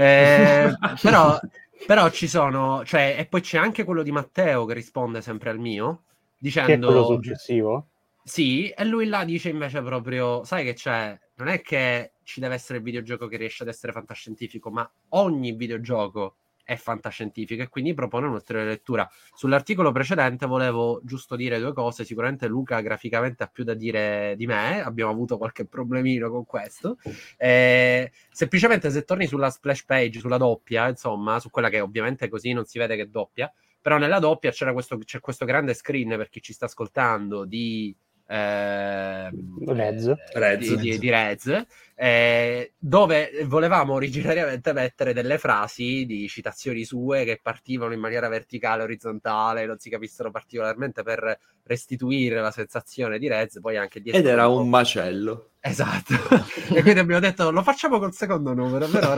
però ci sono, cioè, e poi c'è anche quello di Matteo che risponde sempre al mio dicendo, che è quello successivo? Sì, e lui là dice invece proprio, sai che c'è, non è che ci deve essere il videogioco che riesce ad essere fantascientifico, ma ogni videogioco è fantascientifico, e quindi propone un'ulteriore lettura. Sull'articolo precedente volevo giusto dire due cose. Sicuramente Luca graficamente ha più da dire di me, abbiamo avuto qualche problemino con questo. Semplicemente se torni sulla splash page, sulla doppia, insomma, su quella che ovviamente così non si vede che è doppia, però nella doppia c'è questo grande screen, per chi ci sta ascoltando, di Rez. Di Rez, dove volevamo originariamente mettere delle frasi di citazioni sue che partivano in maniera verticale, orizzontale, non si capissero particolarmente, per restituire la sensazione di Rez, poi anche dietro. Ed era un macello. Esatto. E quindi abbiamo detto lo facciamo col secondo numero, per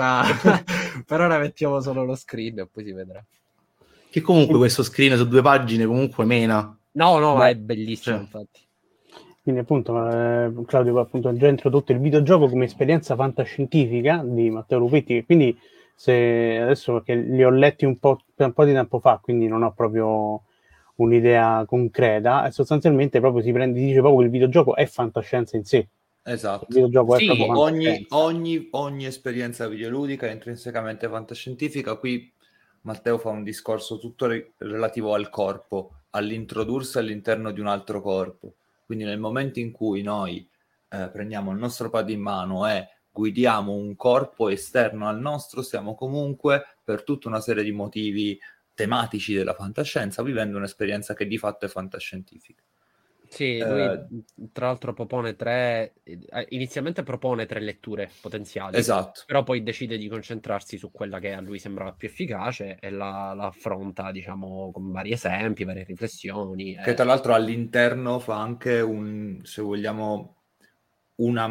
ora mettiamo solo lo screen e poi si vedrà. Che comunque questo screen su 2 pagine comunque mena. No, ma è bellissimo, infatti. Quindi appunto Claudio appunto ha già introdotto il videogioco come esperienza fantascientifica di Matteo Lupetti, quindi adesso perché li ho letti un po' di tempo fa, quindi non ho proprio un'idea concreta, e sostanzialmente proprio dice proprio che il videogioco è fantascienza in sé. Esatto. Il videogioco è proprio ogni esperienza videoludica è intrinsecamente fantascientifica. Qui Matteo fa un discorso tutto relativo al corpo, all'introdursi all'interno di un altro corpo. Quindi nel momento in cui noi prendiamo il nostro pad in mano e guidiamo un corpo esterno al nostro, stiamo comunque, per tutta una serie di motivi tematici della fantascienza, vivendo un'esperienza che di fatto è fantascientifica. Sì, lui tra l'altro inizialmente propone 3 letture potenziali, esatto, però poi decide di concentrarsi su quella che a lui sembrava più efficace e la affronta, diciamo, con vari esempi, varie riflessioni. Che tra l'altro all'interno fa anche se vogliamo, una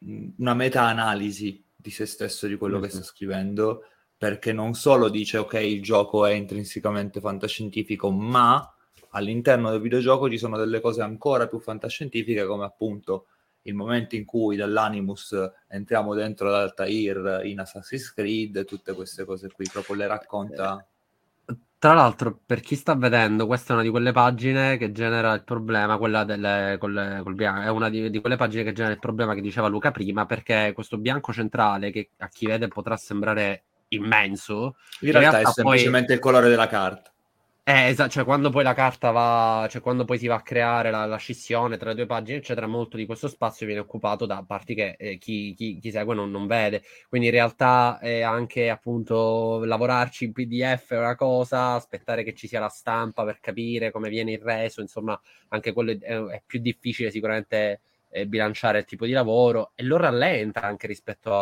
meta-analisi di se stesso, di quello che sta scrivendo, perché non solo dice ok, il gioco è intrinsecamente fantascientifico, ma all'interno del videogioco ci sono delle cose ancora più fantascientifiche, come appunto il momento in cui dall'Animus entriamo dentro l'Altair in Assassin's Creed, tutte queste cose qui, proprio le racconta. Tra l'altro, per chi sta vedendo, questa è una di quelle pagine che genera il problema, quella col bianco, è una di quelle pagine che genera il problema che diceva Luca prima, perché questo bianco centrale, che a chi vede potrà sembrare immenso, in realtà è semplicemente il colore della carta. Esatto, cioè quando poi la carta quando poi si va a creare la scissione tra le 2 pagine, eccetera, molto di questo spazio viene occupato da parti che chi segue non vede. Quindi in realtà anche appunto lavorarci in PDF è una cosa, aspettare che ci sia la stampa per capire come viene il reso, insomma, anche quello è più difficile sicuramente bilanciare il tipo di lavoro, e lo rallenta anche rispetto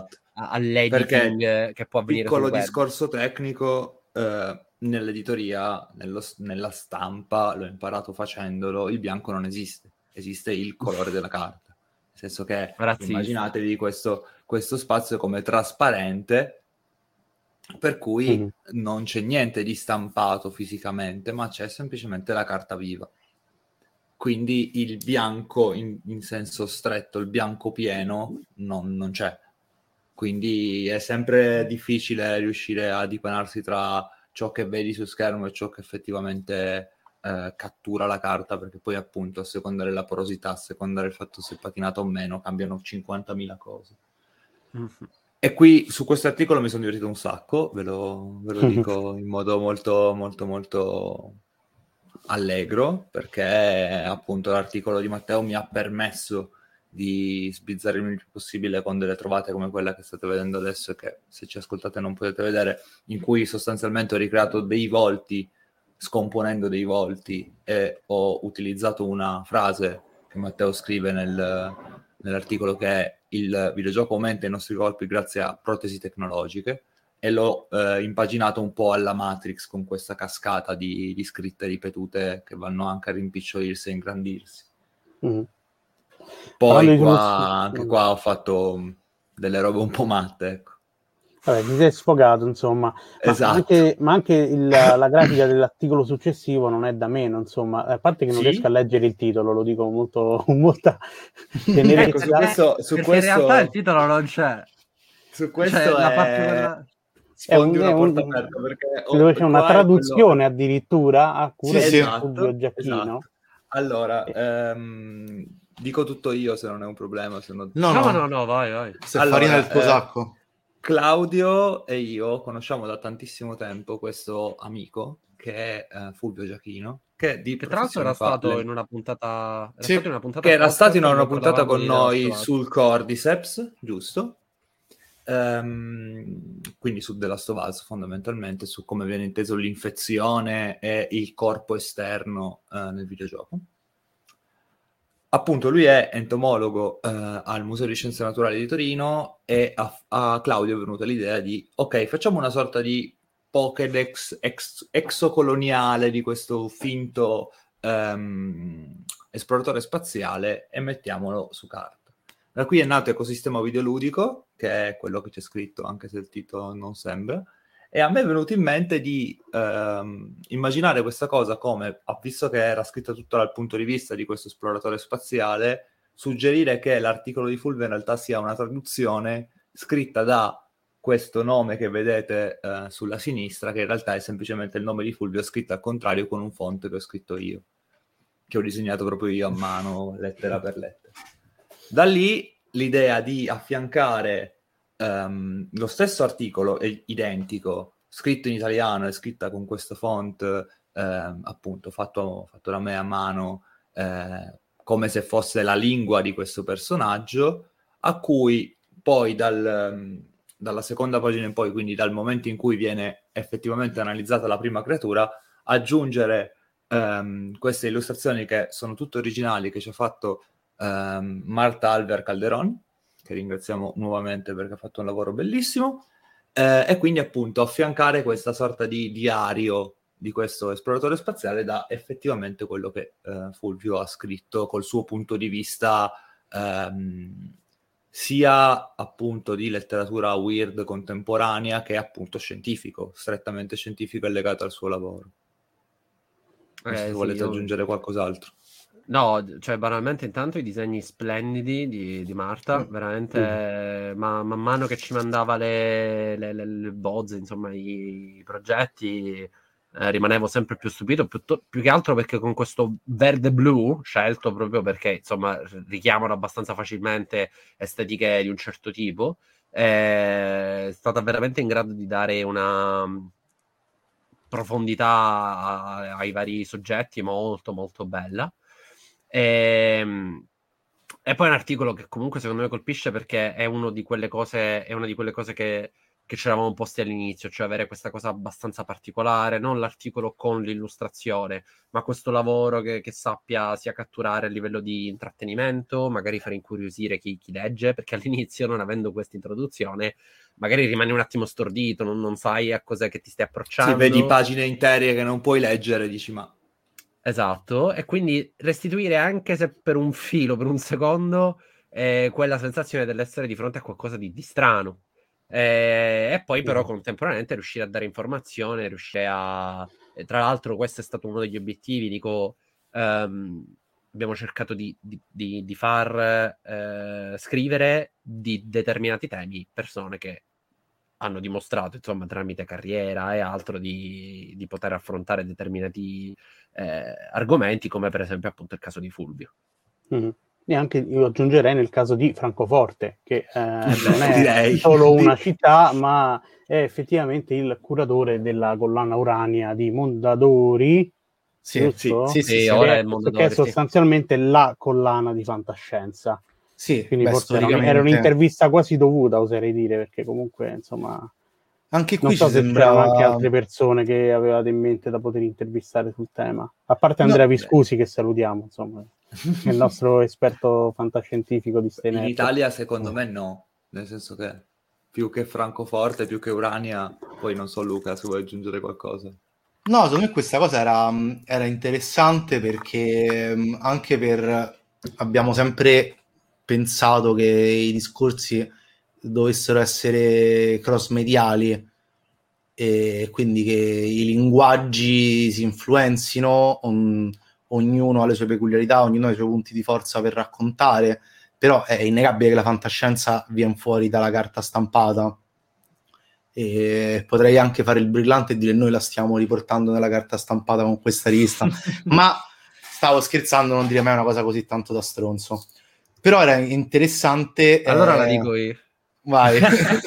all'editing che può avvenire sul web. Piccolo discorso tecnico, nell'editoria, nella stampa, l'ho imparato facendolo, il bianco non esiste il colore della carta, nel senso che immaginatevi questo spazio come trasparente, per cui non c'è niente di stampato fisicamente, ma c'è semplicemente la carta viva. Quindi il bianco in senso stretto, il bianco pieno non c'è. Quindi è sempre difficile riuscire a dipanarsi tra ciò che vedi su schermo e ciò che effettivamente cattura la carta, perché poi appunto a seconda della porosità, a seconda del fatto se è patinato o meno, cambiano 50.000 cose. E qui su questo articolo mi sono divertito un sacco, ve lo dico in modo molto molto molto allegro, perché appunto l'articolo di Matteo mi ha permesso di sbizzarrirmi il più possibile con delle trovate come quella che state vedendo adesso, che se ci ascoltate non potete vedere, in cui sostanzialmente ho ricreato dei volti scomponendo dei volti, e ho utilizzato una frase che Matteo scrive nell'articolo, che è: il videogioco aumenta i nostri colpi grazie a protesi tecnologiche, e l'ho impaginato un po' alla Matrix, con questa cascata di scritte ripetute che vanno anche a rimpicciolirsi e ingrandirsi. Poi anche qua ho fatto delle robe un po' matte, ecco. Vabbè, ti sei sfogato, insomma. Esatto. Ma anche la grafica dell'articolo successivo non è da meno, insomma. A parte che non riesco a leggere il titolo, lo dico con molta tenerezza. Perché in realtà il titolo non c'è. Su questo la parte quella... sfondi una porta aperta, perché dove c'è una traduzione addirittura a cura di esatto, Fulvio Giacchino. Esatto. Allora, dico tutto io se non è un problema. Se no... No, vai. Se farina il tuo sacco. Claudio e io conosciamo da tantissimo tempo questo amico che è Fulvio Giacchino, che tra l'altro era stato in una puntata, era stato in una puntata con noi sul Cordyceps, giusto? Quindi su The Last of Us, fondamentalmente, su come viene inteso l'infezione e il corpo esterno nel videogioco. appunto lui è entomologo al Museo di Scienze Naturali di Torino, e a Claudio è venuta l'idea di, ok, facciamo una sorta di Pokédex exocoloniale di questo finto esploratore spaziale e mettiamolo su carta. Da qui è nato Ecosistema Videoludico, che è quello che c'è scritto, anche se il titolo non sembra. E a me è venuto in mente di immaginare questa cosa come, visto che era scritta tutta dal punto di vista di questo esploratore spaziale, suggerire che l'articolo di Fulvio in realtà sia una traduzione scritta da questo nome che vedete sulla sinistra, che in realtà è semplicemente il nome di Fulvio scritto al contrario con un font che ho scritto io, che ho disegnato proprio io a mano, lettera per lettera. Da lì l'idea di affiancare lo stesso articolo identico, scritto in italiano e scritta con questo font appunto fatto da me a mano, come se fosse la lingua di questo personaggio, a cui poi dalla seconda pagina in poi, quindi dal momento in cui viene effettivamente analizzata la prima creatura, aggiungere queste illustrazioni che sono tutte originali, che ci ha fatto Marta Alver Calderon, che ringraziamo nuovamente perché ha fatto un lavoro bellissimo, e quindi appunto affiancare questa sorta di diario di questo esploratore spaziale da effettivamente quello che Fulvio ha scritto col suo punto di vista sia appunto di letteratura weird contemporanea che appunto scientifico, strettamente scientifico e legato al suo lavoro. Non so se volete aggiungere qualcos'altro. No, cioè banalmente intanto i disegni splendidi di Marta, veramente, ma man mano che ci mandava le bozze, insomma i progetti, rimanevo sempre più stupito, più che altro perché con questo verde-blu scelto proprio perché insomma richiamano abbastanza facilmente estetiche di un certo tipo, è stata veramente in grado di dare una profondità ai vari soggetti molto molto bella. E poi un articolo che comunque secondo me colpisce perché è una di quelle cose che ci eravamo posti all'inizio, cioè avere questa cosa abbastanza particolare, non l'articolo con l'illustrazione, ma questo lavoro che sappia sia catturare a livello di intrattenimento, magari fare incuriosire chi legge, perché all'inizio, non avendo questa introduzione, magari rimani un attimo stordito, non sai a cos'è che ti stai approcciando. Sì, vedi pagine intere che non puoi leggere e dici ma... Esatto, e quindi restituire, anche se per un filo, per un secondo, quella sensazione dell'essere di fronte a qualcosa di strano. E poi però contemporaneamente riuscire a dare informazione, riuscire a... tra l'altro questo è stato uno degli obiettivi, dico, abbiamo cercato di far scrivere di determinati temi persone che hanno dimostrato, insomma, tramite carriera e altro, di poter affrontare determinati argomenti, come per esempio appunto il caso di Fulvio. Mm-hmm. E anche io aggiungerei nel caso di Francoforte, che non è solo una città, ma è effettivamente il curatore della collana Urania di Mondadori, giusto? Sì, ora è Mondadori, che è sostanzialmente la collana di fantascienza. Sì, quindi forse era un'intervista quasi dovuta, oserei dire, perché comunque, insomma, anche qui non so ci se sembra... c'erano anche altre persone che avevate in mente da poter intervistare sul tema, a parte Andrea Viscusi, che salutiamo, insomma, è il nostro esperto fantascientifico di Stay In Network. Italia secondo me no, nel senso che più che Francoforte, più che Urania, poi non so Luca se vuoi aggiungere qualcosa. No, secondo me questa cosa era interessante perché anche abbiamo sempre pensato che i discorsi dovessero essere cross-mediali e quindi che i linguaggi si influenzino, ognuno ha le sue peculiarità, ognuno ha i suoi punti di forza per raccontare, però è innegabile che la fantascienza viene fuori dalla carta stampata. E potrei anche fare il brillante e dire noi la stiamo riportando nella carta stampata con questa rivista, ma stavo scherzando, non dire mai una cosa così tanto da stronzo. Però era interessante. Allora la dico io. Vai.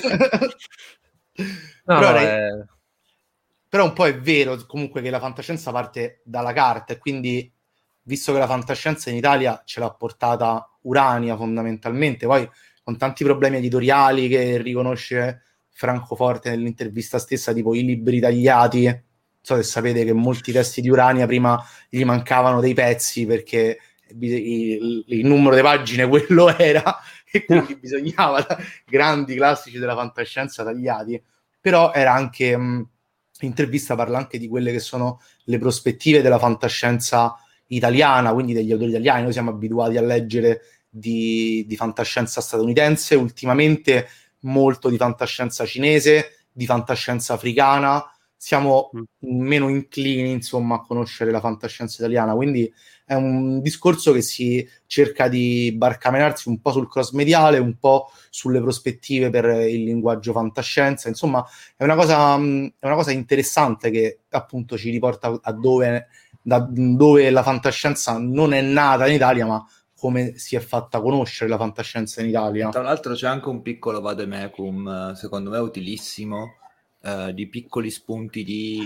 Però un po' è vero comunque che la fantascienza parte dalla carta, e quindi visto che la fantascienza in Italia ce l'ha portata Urania fondamentalmente, poi con tanti problemi editoriali che riconosce Francoforte nell'intervista stessa, tipo i libri tagliati, non so se sapete che molti testi di Urania prima gli mancavano dei pezzi perché il numero di pagine quello era, e quindi bisognava grandi classici della fantascienza tagliati, però era anche l'intervista parla anche di quelle che sono le prospettive della fantascienza italiana, quindi degli autori italiani. Noi siamo abituati a leggere di fantascienza statunitense, ultimamente molto di fantascienza cinese, di fantascienza africana, siamo meno inclini insomma a conoscere la fantascienza italiana, quindi è un discorso che si cerca di barcamenarsi un po' sul cross mediale, un po' sulle prospettive per il linguaggio fantascienza, insomma è una cosa interessante che appunto ci riporta da dove la fantascienza non è nata in Italia, ma come si è fatta conoscere la fantascienza in Italia. Tra l'altro c'è anche un piccolo vademecum, secondo me utilissimo, di piccoli spunti di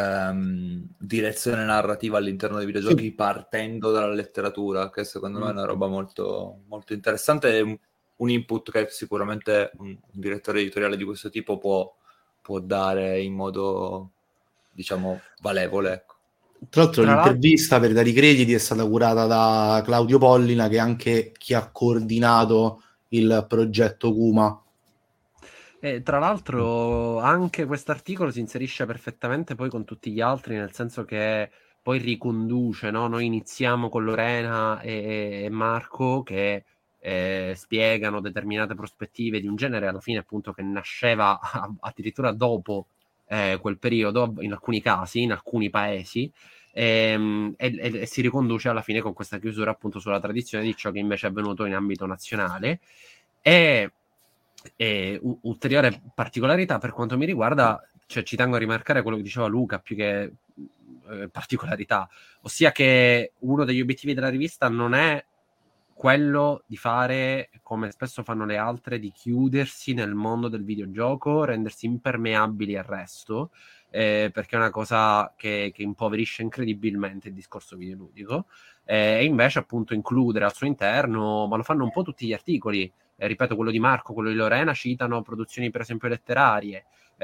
direzione narrativa all'interno dei videogiochi, sì, partendo dalla letteratura, che secondo me è una roba molto, molto interessante, e un input che sicuramente un direttore editoriale di questo tipo può dare in modo, diciamo, valevole, ecco. Tra l'altro l'intervista, per dare i crediti, è stata curata da Claudio Pollina, che è anche chi ha coordinato il progetto Kuma. Tra l'altro anche quest'articolo si inserisce perfettamente poi con tutti gli altri, nel senso che poi riconduce, no? Noi iniziamo con Lorena e Marco che spiegano determinate prospettive di un genere, alla fine appunto che nasceva addirittura dopo quel periodo, in alcuni casi, in alcuni paesi, e si riconduce alla fine con questa chiusura appunto sulla tradizione di ciò che invece è avvenuto in ambito nazionale. E ulteriore particolarità per quanto mi riguarda, cioè ci tengo a rimarcare quello che diceva Luca, più che particolarità, ossia che uno degli obiettivi della rivista non è quello di fare, come spesso fanno le altre, di chiudersi nel mondo del videogioco, rendersi impermeabili al resto, perché è una cosa che impoverisce incredibilmente il discorso videoludico, e invece appunto includere al suo interno, ma lo fanno un po' tutti gli articoli, ripeto, quello di Marco, quello di Lorena citano produzioni per esempio letterarie,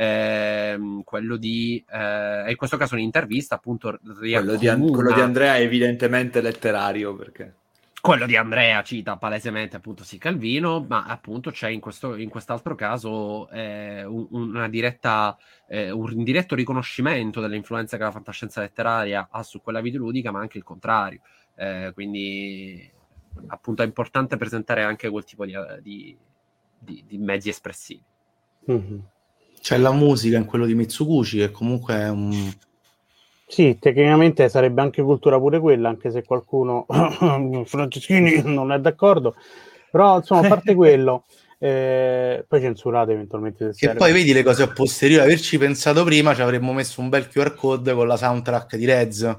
quello di in questo caso un'intervista appunto quello di Andrea è evidentemente letterario, perché quello di Andrea cita palesemente appunto sì Calvino, ma appunto c'è in quest'altro caso un diretto riconoscimento dell'influenza che la fantascienza letteraria ha su quella videoludica, ma anche il contrario, quindi appunto è importante presentare anche quel tipo di mezzi espressivi. Mm-hmm. C'è la musica in quello di Mitsuguchi, che comunque è un... Sì, tecnicamente sarebbe anche cultura pure quella, anche se qualcuno Franceschini non è d'accordo, però insomma, a parte quello, poi censurate eventualmente. Che poi vedi le cose a posteriori, averci pensato prima ci avremmo messo un bel QR code con la soundtrack di Rez.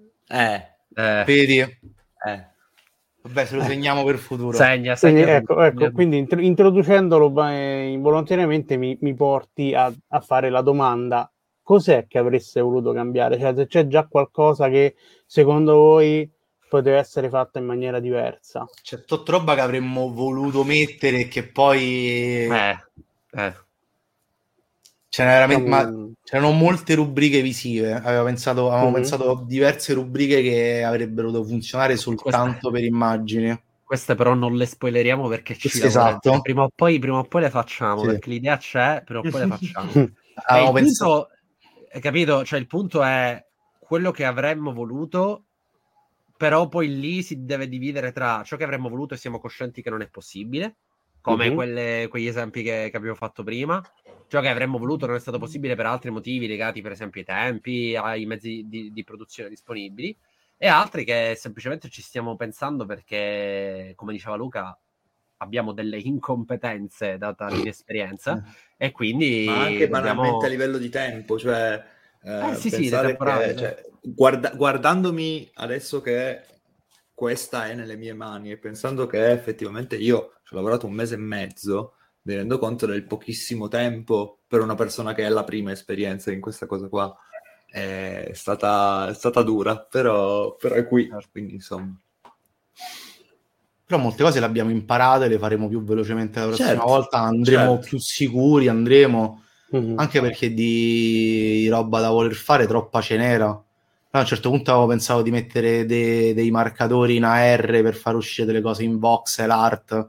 Vedi? Vabbè, se lo segniamo per futuro. Segna. Quindi, ecco, quindi introducendolo involontariamente mi porti a fare la domanda: cos'è che avreste voluto cambiare? Cioè, se c'è già qualcosa che secondo voi poteva essere fatta in maniera diversa. C'è tutta roba che avremmo voluto mettere e che poi c'erano molte rubriche visive. Avevamo pensato a diverse rubriche che avrebbero dovuto funzionare soltanto per immagini. Queste però non le spoileriamo perché esatto. Prima o poi le facciamo, sì, perché l'idea c'è, prima o poi le facciamo. Pensato... capito? Cioè il punto è quello che avremmo voluto, però poi lì si deve dividere tra ciò che avremmo voluto e siamo coscienti che non è possibile, come quegli esempi che abbiamo fatto prima. Ciò che avremmo voluto non è stato possibile per altri motivi legati per esempio ai tempi, ai mezzi di produzione disponibili, e altri che semplicemente ci stiamo pensando perché, come diceva Luca, abbiamo delle incompetenze data l'inesperienza e quindi ma anche banalmente a livello di tempo, cioè pensare che, cioè, guardandomi adesso che questa è nelle mie mani e pensando che effettivamente io ci ho lavorato 1 mese e mezzo, mi rendo conto del pochissimo tempo per una persona che è la prima esperienza in questa cosa qua. È stata dura, però è qui, quindi insomma. Però molte cose le abbiamo imparate, le faremo più velocemente la prossima volta, andremo più sicuri, anche perché di roba da voler fare troppa ce n'era. A un certo punto avevo pensato di mettere dei marcatori in AR per far uscire delle cose in voxel art.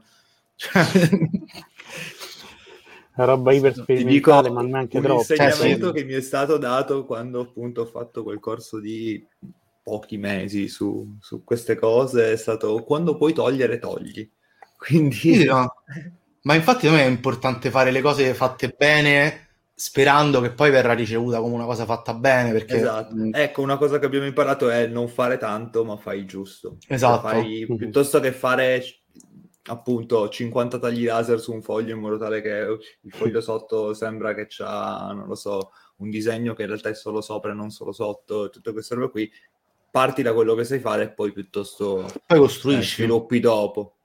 Una roba iper sperimentale, ma neanche un troppo. insegnamento che mi è stato dato quando appunto ho fatto quel corso di pochi mesi su queste cose, è stato: quando puoi togliere, togli. Quindi sì, no. Ma infatti a me è importante fare le cose fatte bene, sperando che poi verrà ricevuta come una cosa fatta bene, perché esatto. Ecco, una cosa che abbiamo imparato è non fare tanto, ma fai il giusto. esatto. Cioè piuttosto che fare appunto 50 tagli laser su un foglio in modo tale che il foglio sotto sembra che c'ha, non lo so, un disegno che in realtà è solo sopra e non solo sotto, tutte queste robe qui, parti da quello che sai fare e poi piuttosto poi costruisci. sviluppi dopo.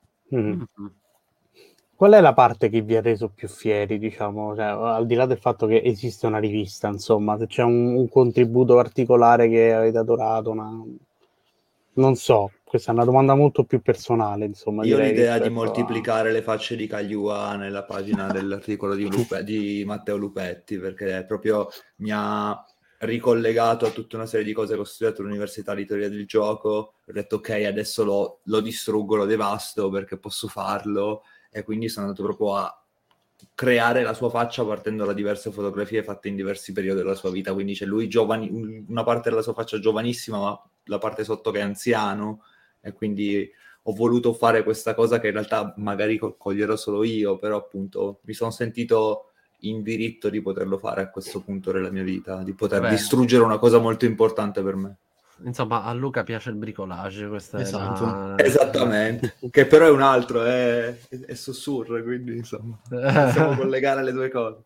Qual è la parte che vi ha reso più fieri, diciamo, cioè, al di là del fatto che esiste una rivista, insomma, se c'è un contributo particolare che avete adorato, non so, questa è una domanda molto più personale, insomma. Io direi, l'idea di rispetto moltiplicare le facce di Cagliua nella pagina dell'articolo di Matteo Lupetti, perché proprio mi ha ricollegato a tutta una serie di cose che ho studiato all'Università di Teoria del Gioco. Ho detto ok, adesso lo distruggo, lo devasto perché posso farlo, e quindi sono andato proprio a creare la sua faccia partendo da diverse fotografie fatte in diversi periodi della sua vita. Quindi c'è lui una parte della sua faccia giovanissima, ma la parte sotto che è anziano, e quindi ho voluto fare questa cosa che in realtà magari coglierò solo io, però appunto mi sono sentito in diritto di poterlo fare a questo punto della mia vita, di poter distruggere una cosa molto importante per me. Insomma, a Luca piace il bricolage, questa esatto. è Esattamente, che però è un altro, è sussurro, quindi insomma possiamo collegare le due cose.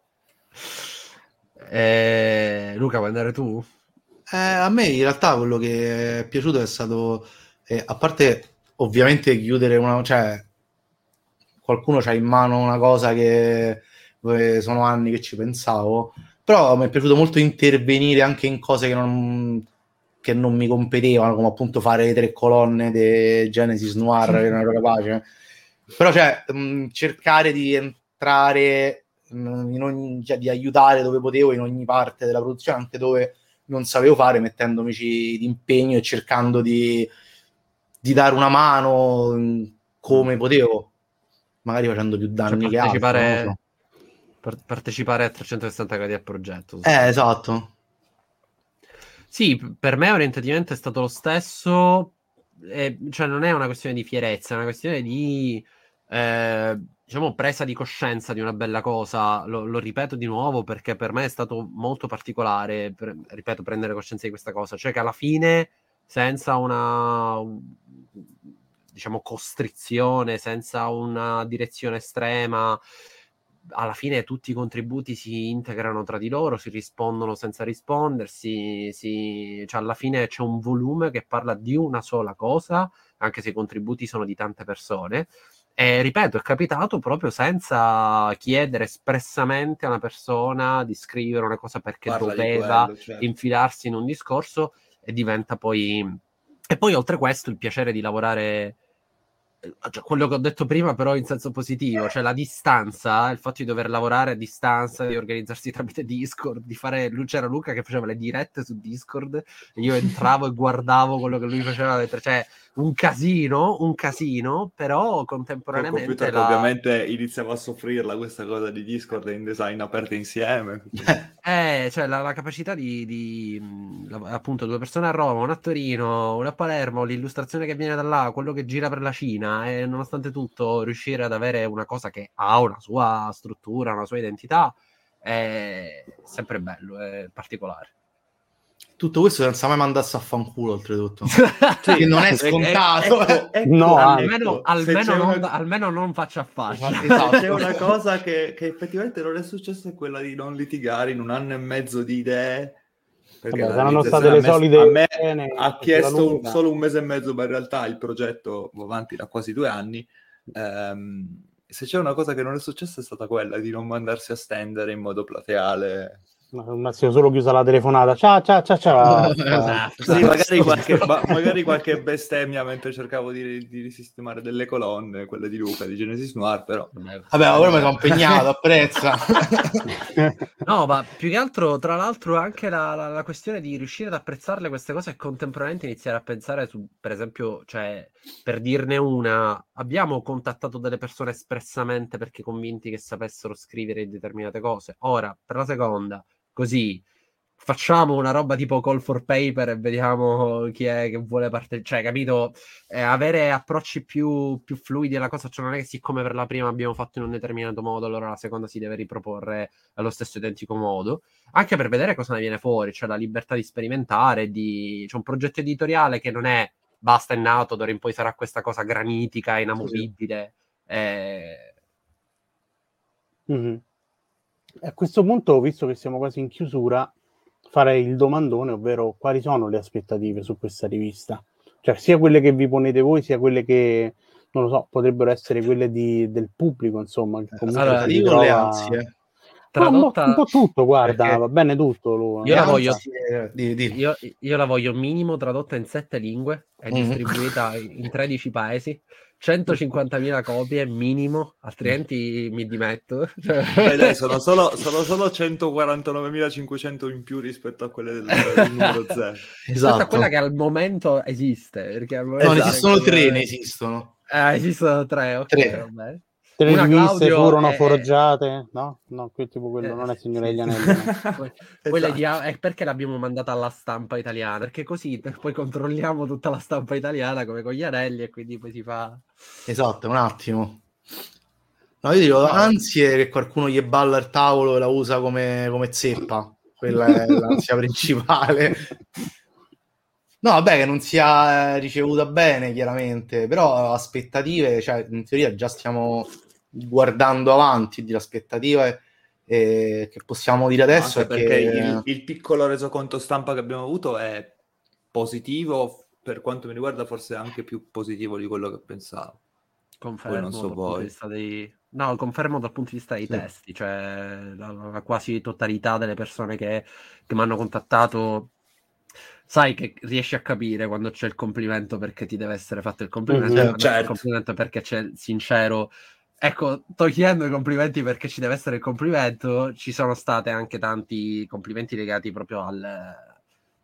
Luca, vuoi andare tu? A me in realtà quello che è piaciuto è stato, a parte ovviamente chiudere cioè qualcuno c'ha in mano una cosa che sono anni che ci pensavo, però mi è piaciuto molto intervenire anche in cose che non mi competevano, come appunto fare le 3 colonne di Genesis Noir, che non ero capace. Però cioè, cercare di entrare cioè, di aiutare dove potevo in ogni parte della produzione, anche dove non sapevo fare, mettendomici d'impegno e cercando di dare una mano come potevo, magari facendo più danni che altro, non lo so. Partecipare a 360 gradi al progetto. Esatto. Sì, per me orientativamente è stato lo stesso, cioè non è una questione di fierezza, è una questione di diciamo presa di coscienza di una bella cosa. Lo ripeto di nuovo perché per me è stato molto particolare, ripeto, prendere coscienza di questa cosa, cioè che alla fine senza una diciamo costrizione, senza una direzione estrema, alla fine tutti i contributi si integrano tra di loro, si rispondono senza rispondersi, cioè alla fine c'è un volume che parla di una sola cosa, anche se i contributi sono di tante persone. E ripeto, è capitato proprio senza chiedere espressamente a una persona di scrivere una cosa perché doveva quello, certo. infilarsi in un discorso, e diventa poi... E poi oltre questo il piacere di lavorare, cioè, quello che ho detto prima però in senso positivo, cioè la distanza, il fatto di dover lavorare a distanza, di organizzarsi tramite Discord, di fare, c'era Luca che faceva le dirette su Discord e io entravo e guardavo quello che lui faceva, cioè un casino, però contemporaneamente ovviamente iniziamo a soffrirla questa cosa di Discord e InDesign aperte insieme. cioè la capacità di appunto 2 persone a Roma, una a Torino, una a Palermo, l'illustrazione che viene da là, quello che gira per la Cina, e nonostante tutto riuscire ad avere una cosa che ha una sua struttura, una sua identità, è sempre bello, è particolare. Tutto questo senza mai mandarsi a fanculo, oltretutto. Che non è scontato. No, almeno non faccia affascio. Esatto. C'è una cosa che effettivamente non è successa, è quella di non litigare in 1 anno e mezzo di idee. Perché saranno state le solite. A me ha chiesto solo 1 mese e mezzo, ma in realtà il progetto va avanti da quasi 2 anni. Se c'è una cosa che non è successa è stata quella di non mandarsi a stendere in modo plateale Massimo solo chiusa la telefonata. Ciao. Sì, magari qualche bestemmia mentre cercavo di risistemare delle colonne, quelle di Luca di Genesis Noir, però vabbè, ora mi sono impegnato, apprezza. No, ma più che altro, tra l'altro, anche la questione di riuscire ad apprezzarle queste cose e contemporaneamente iniziare a pensare su, per esempio, cioè, per dirne una, abbiamo contattato delle persone espressamente perché convinti che sapessero scrivere determinate cose. Ora, per la seconda, così facciamo una roba tipo call for paper e vediamo chi è che vuole partecipare, cioè, capito? Avere approcci più fluidi alla cosa, cioè non è che siccome per la prima abbiamo fatto in un determinato modo, allora la seconda si deve riproporre allo stesso identico modo, anche per vedere cosa ne viene fuori, cioè la libertà di sperimentare, c'è un progetto editoriale che non è basta, è nato, d'ora in poi sarà questa cosa granitica, inamovibile. Mm-hmm. A questo punto, visto che siamo quasi in chiusura, farei il domandone, ovvero quali sono le aspettative su questa rivista? Cioè, sia quelle che vi ponete voi, sia quelle che, non lo so, potrebbero essere quelle del pubblico, insomma. Che comunque allora, si io trova... le ansie. Tradotta... un po' tutto, guarda, perché... va bene tutto. Io la voglio... Io la voglio minimo tradotta in 7 lingue e distribuita in 13 paesi, 150.000 copie minimo, altrimenti mi dimetto. Dai, sono solo 149.500 in più rispetto a quelle del numero 0. Rispetto a quella che al momento esiste. Perché al momento ne esistono 3, ne esistono. Esistono 3, ok, 3. va bene. 3 riviste furono forgiate, no? No, tipo quello non è Signore degli Anelli. No? Quella è perché l'abbiamo mandata alla stampa italiana, perché così poi controlliamo tutta la stampa italiana come con gli anelli e quindi poi si fa... Esatto, un attimo. No, io dico ansie che qualcuno gli balla il tavolo e la usa come zeppa. Quella è l'ansia principale. No, vabbè, che non sia ricevuta bene, chiaramente, però aspettative, cioè in teoria già stiamo guardando avanti di aspettative che possiamo dire adesso anche è perché che il piccolo resoconto stampa che abbiamo avuto è positivo, per quanto mi riguarda forse anche più positivo di quello che pensavo. Confermo, poi non so voi. No, confermo dal punto di vista dei testi, cioè la quasi totalità delle persone che mi hanno contattato, sai che riesci a capire quando c'è il complimento perché ti deve essere fatto il complimento, quando c'è il complimento perché c'è il sincero. Ecco, togliendo i complimenti perché ci deve essere il complimento, ci sono state anche tanti complimenti legati proprio alla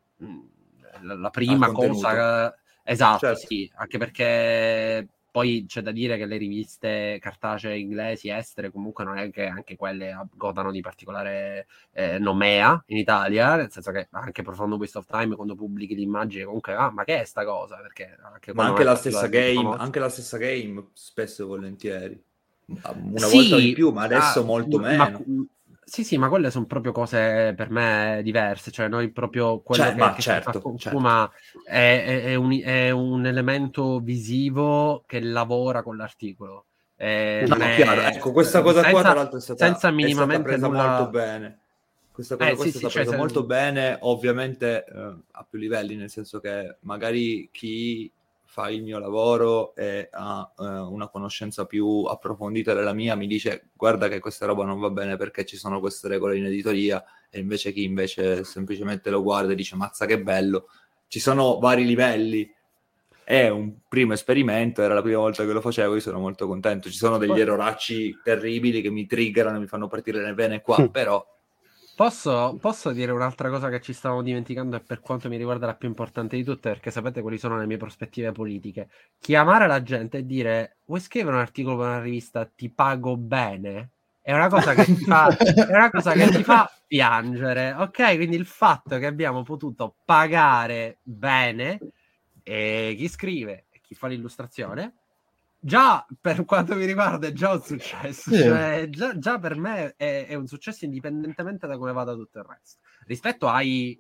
prima cosa. Esatto, sì, anche perché poi c'è da dire che le riviste cartacee inglesi, estere, comunque non è che anche quelle godano di particolare nomea in Italia, nel senso che anche Profound Waste of Time, quando pubblichi l'immagine, comunque, ma che è sta cosa? Perché anche la stessa game, spesso e volentieri. Una volta di più, ma adesso molto meno. Sì, ma quelle sono proprio cose per me diverse, cioè noi proprio quello che si fa con Kuma è un elemento visivo che lavora con l'articolo. Chiaro. Ecco, questa cosa qua tra l'altro è stata presa nulla... molto bene. Questa cosa è stata presa molto bene, ovviamente a più livelli, nel senso che magari chi fa il mio lavoro e ha una conoscenza più approfondita della mia mi dice guarda che questa roba non va bene perché ci sono queste regole in editoria, e invece chi invece semplicemente lo guarda e dice mazza che bello. Ci sono vari livelli, è un primo esperimento, era la prima volta che lo facevo, io sono molto contento. Ci sono degli erroracci terribili che mi triggerano, mi fanno partire le vene qua, però Posso dire un'altra cosa che ci stavamo dimenticando e per quanto mi riguarda la più importante di tutte, perché sapete quali sono le mie prospettive politiche. Chiamare la gente e dire vuoi scrivere un articolo per una rivista, ti pago bene? È una cosa che ti fa, è una cosa che ti fa piangere, ok? Quindi il fatto che abbiamo potuto pagare bene chi scrive e chi fa l'illustrazione, già per quanto mi riguarda è già un successo, cioè, già per me è un successo indipendentemente da come vada tutto il resto rispetto ai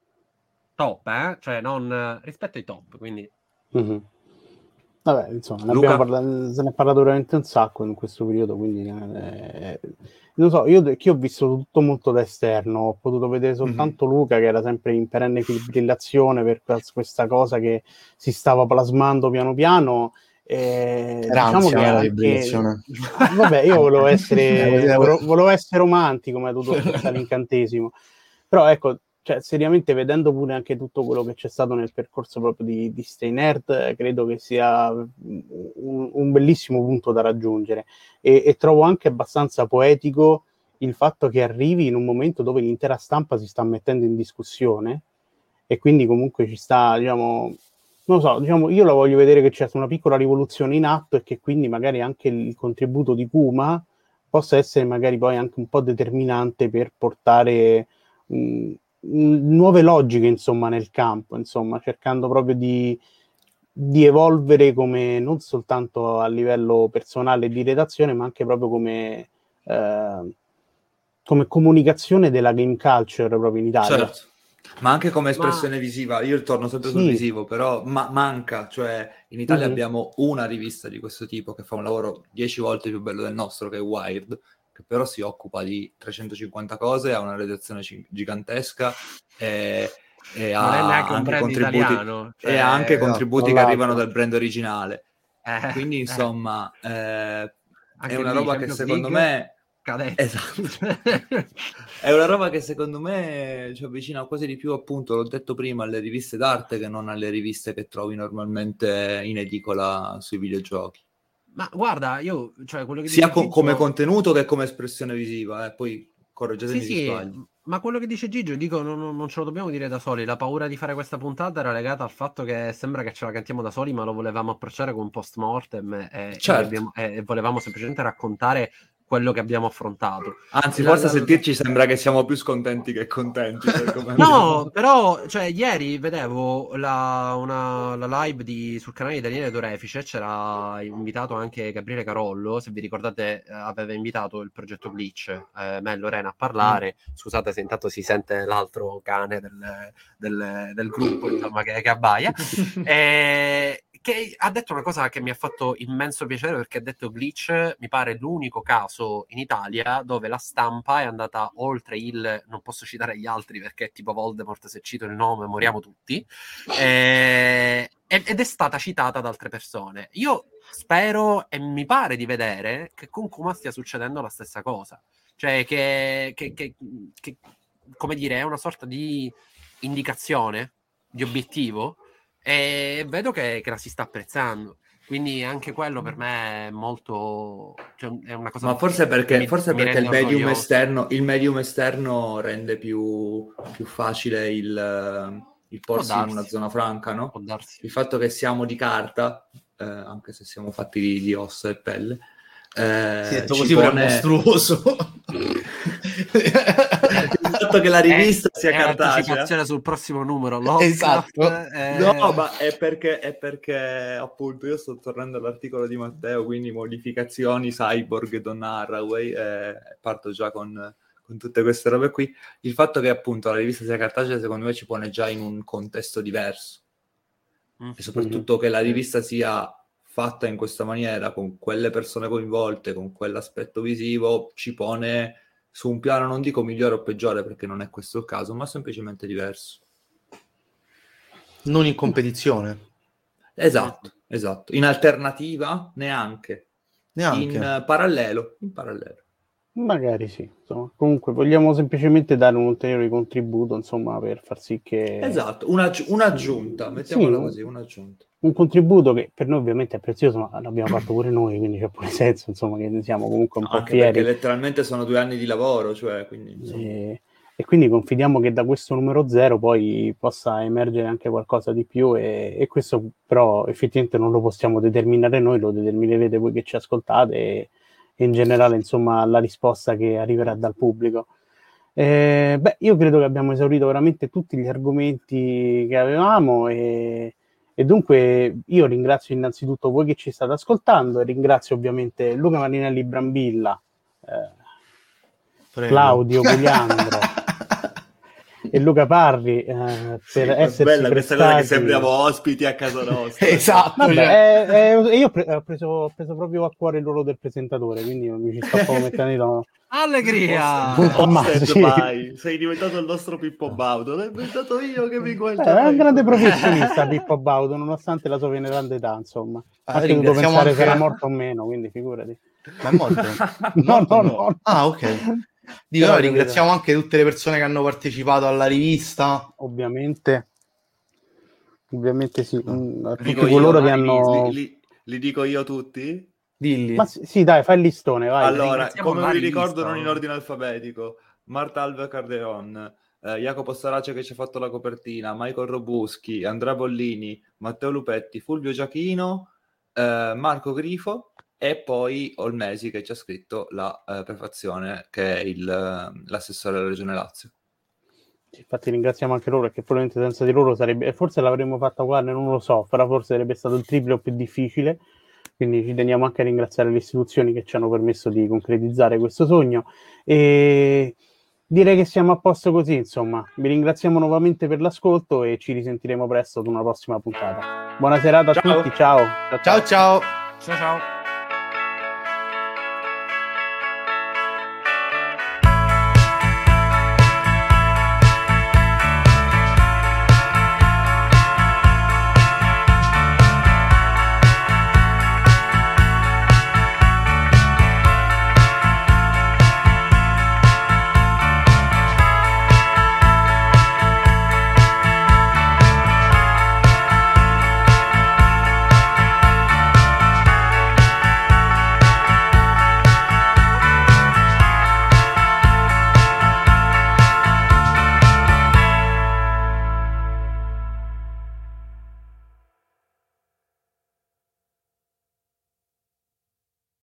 top, cioè non rispetto ai top, quindi vabbè, insomma, se ne è parlato veramente un sacco in questo periodo, quindi non so, io che ho visto tutto molto da esterno, ho potuto vedere soltanto Luca che era sempre in perenne fibrillazione per questa cosa che si stava plasmando piano piano, Diciamo che anche... Vabbè, io volevo essere romantico, ma ho dovuto ascoltare l'incantesimo. Però ecco, cioè, seriamente vedendo pure anche tutto quello che c'è stato nel percorso proprio di Stay Nerd, credo che sia un bellissimo punto da raggiungere e trovo anche abbastanza poetico il fatto che arrivi in un momento dove l'intera stampa si sta mettendo in discussione e quindi comunque ci sta, diciamo, non lo so, diciamo, io la voglio vedere che c'è una piccola rivoluzione in atto e che quindi magari anche il contributo di Kuma possa essere magari poi anche un po' determinante per portare nuove logiche, insomma, nel campo, insomma, cercando proprio di evolvere come non soltanto a livello personale di redazione, ma anche proprio come comunicazione della game culture proprio in Italia. Certo. Ma anche come espressione visiva, io torno sempre sul visivo, però manca, cioè in Italia abbiamo una rivista di questo tipo che fa un lavoro 10 volte più bello del nostro, che è Wired, che però si occupa di 350 cose, ha una redazione gigantesca e ha anche contributi italiano, cioè, e ha anche contributi che arrivano dal brand originale. Quindi insomma è una roba che secondo me esatto. È una roba che secondo me ci avvicina quasi di più, appunto, l'ho detto prima, alle riviste d'arte che non alle riviste che trovi normalmente in edicola sui videogiochi. Ma guarda, io, cioè, quello che sia dice Gigio... come contenuto che come espressione visiva, poi correggetemi se sbaglio. Ma quello che dice Gigio, dico, non ce lo dobbiamo dire da soli. La paura di fare questa puntata era legata al fatto che sembra che ce la cantiamo da soli, ma lo volevamo approcciare con un post mortem e volevamo semplicemente raccontare quello che abbiamo affrontato. Anzi, forse a sentirci sembra che siamo più scontenti che contenti. No, però, cioè, ieri vedevo la live sul canale Italiano d'Orefice, c'era invitato anche Gabriele Carollo, se vi ricordate aveva invitato il progetto Glitch, me e Lorena a parlare. Scusate se intanto si sente l'altro cane del gruppo, insomma, che abbaia. Che ha detto una cosa che mi ha fatto immenso piacere, perché ha detto Glitch mi pare l'unico caso in Italia dove la stampa è andata oltre non posso citare gli altri perché tipo Voldemort, se cito il nome moriamo tutti, ed è stata citata da altre persone. Io spero e mi pare di vedere che con Kuma stia succedendo la stessa cosa, cioè che come dire, è una sorta di indicazione, di obiettivo, e vedo che la si sta apprezzando, quindi anche quello per me è molto, cioè, è una cosa. Ma forse perché il medium esterno rende più facile il porsi in una zona franca, no? Il fatto che siamo di carta, anche se siamo fatti di ossa e pelle, così è mostruoso. Il fatto che la rivista sia cartacea, l'anticipazione sul prossimo numero, esatto. No, ma è perché appunto io sto tornando all'articolo di Matteo, quindi modificazioni, Cyborg, Donna Haraway, parto già con tutte queste robe qui. Il fatto che appunto la rivista sia cartacea secondo me ci pone già in un contesto diverso, e soprattutto che la rivista sia fatta in questa maniera, con quelle persone coinvolte, con quell'aspetto visivo, ci pone su un piano, non dico migliore o peggiore perché non è questo il caso, ma semplicemente diverso. Non in competizione. Esatto. In alternativa neanche. In parallelo. Magari sì, insomma. Comunque vogliamo semplicemente dare un ulteriore contributo, insomma, per far sì che... Esatto, un'aggiunta, mettiamola così, un'aggiunta. Un contributo che per noi ovviamente è prezioso, ma l'abbiamo fatto pure noi, quindi c'è pure senso, insomma, che ne siamo comunque un po' fieri. Perché letteralmente sono 2 anni di lavoro, cioè, quindi... E quindi confidiamo che da questo numero 0 poi possa emergere anche qualcosa di più, e questo però effettivamente non lo possiamo determinare noi, lo determinerete voi che ci ascoltate, e in generale, insomma, la risposta che arriverà dal pubblico. Io credo che abbiamo esaurito veramente tutti gli argomenti che avevamo, e dunque io ringrazio innanzitutto voi che ci state ascoltando, e ringrazio ovviamente Luca Marinelli Brambilla, Claudio Gugliandro e Luca Parri per essersi bella questa cosa che sembriamo ospiti a casa nostra. Esatto. Io ho preso proprio a cuore il ruolo del presentatore, quindi mi ci sto proprio mettendo Allegria! Vai. Sei diventato il nostro Pippo Baudo. L'ho inventato io che mi guarda. È un grande professionista Pippo Baudo, nonostante la sua veneranda età, insomma. Anche dovuto pensare se era morto o meno, quindi figurati. Ma è morto? No. Ah, ok. Dico, ringraziamo anche tutte le persone che hanno partecipato alla rivista. Ovviamente sì. A tutti Dico coloro io, che hanno... Li dico io tutti? Dilli. Ma sì, dai, fai il listone, vai. Allora, come vi ricordo, non in ordine alfabetico: Marta Alva Cardeon, Jacopo Starace che ci ha fatto la copertina, Michael Robuschi, Andrea Bollini, Matteo Lupetti, Fulvio Giachino, Marco Grifo e poi Olmesi che ci ha scritto la prefazione, che è l'assessore della Regione Lazio. Infatti ringraziamo anche loro, perché probabilmente senza di loro sarebbe, e forse l'avremmo fatta uguale, non lo so, però forse sarebbe stato il triplo più difficile, quindi ci teniamo anche a ringraziare le istituzioni che ci hanno permesso di concretizzare questo sogno, e direi che siamo a posto così, insomma. Vi ringraziamo nuovamente per l'ascolto e ci risentiremo presto ad una prossima puntata. Buona serata a tutti, ciao. Ciao. Ciao.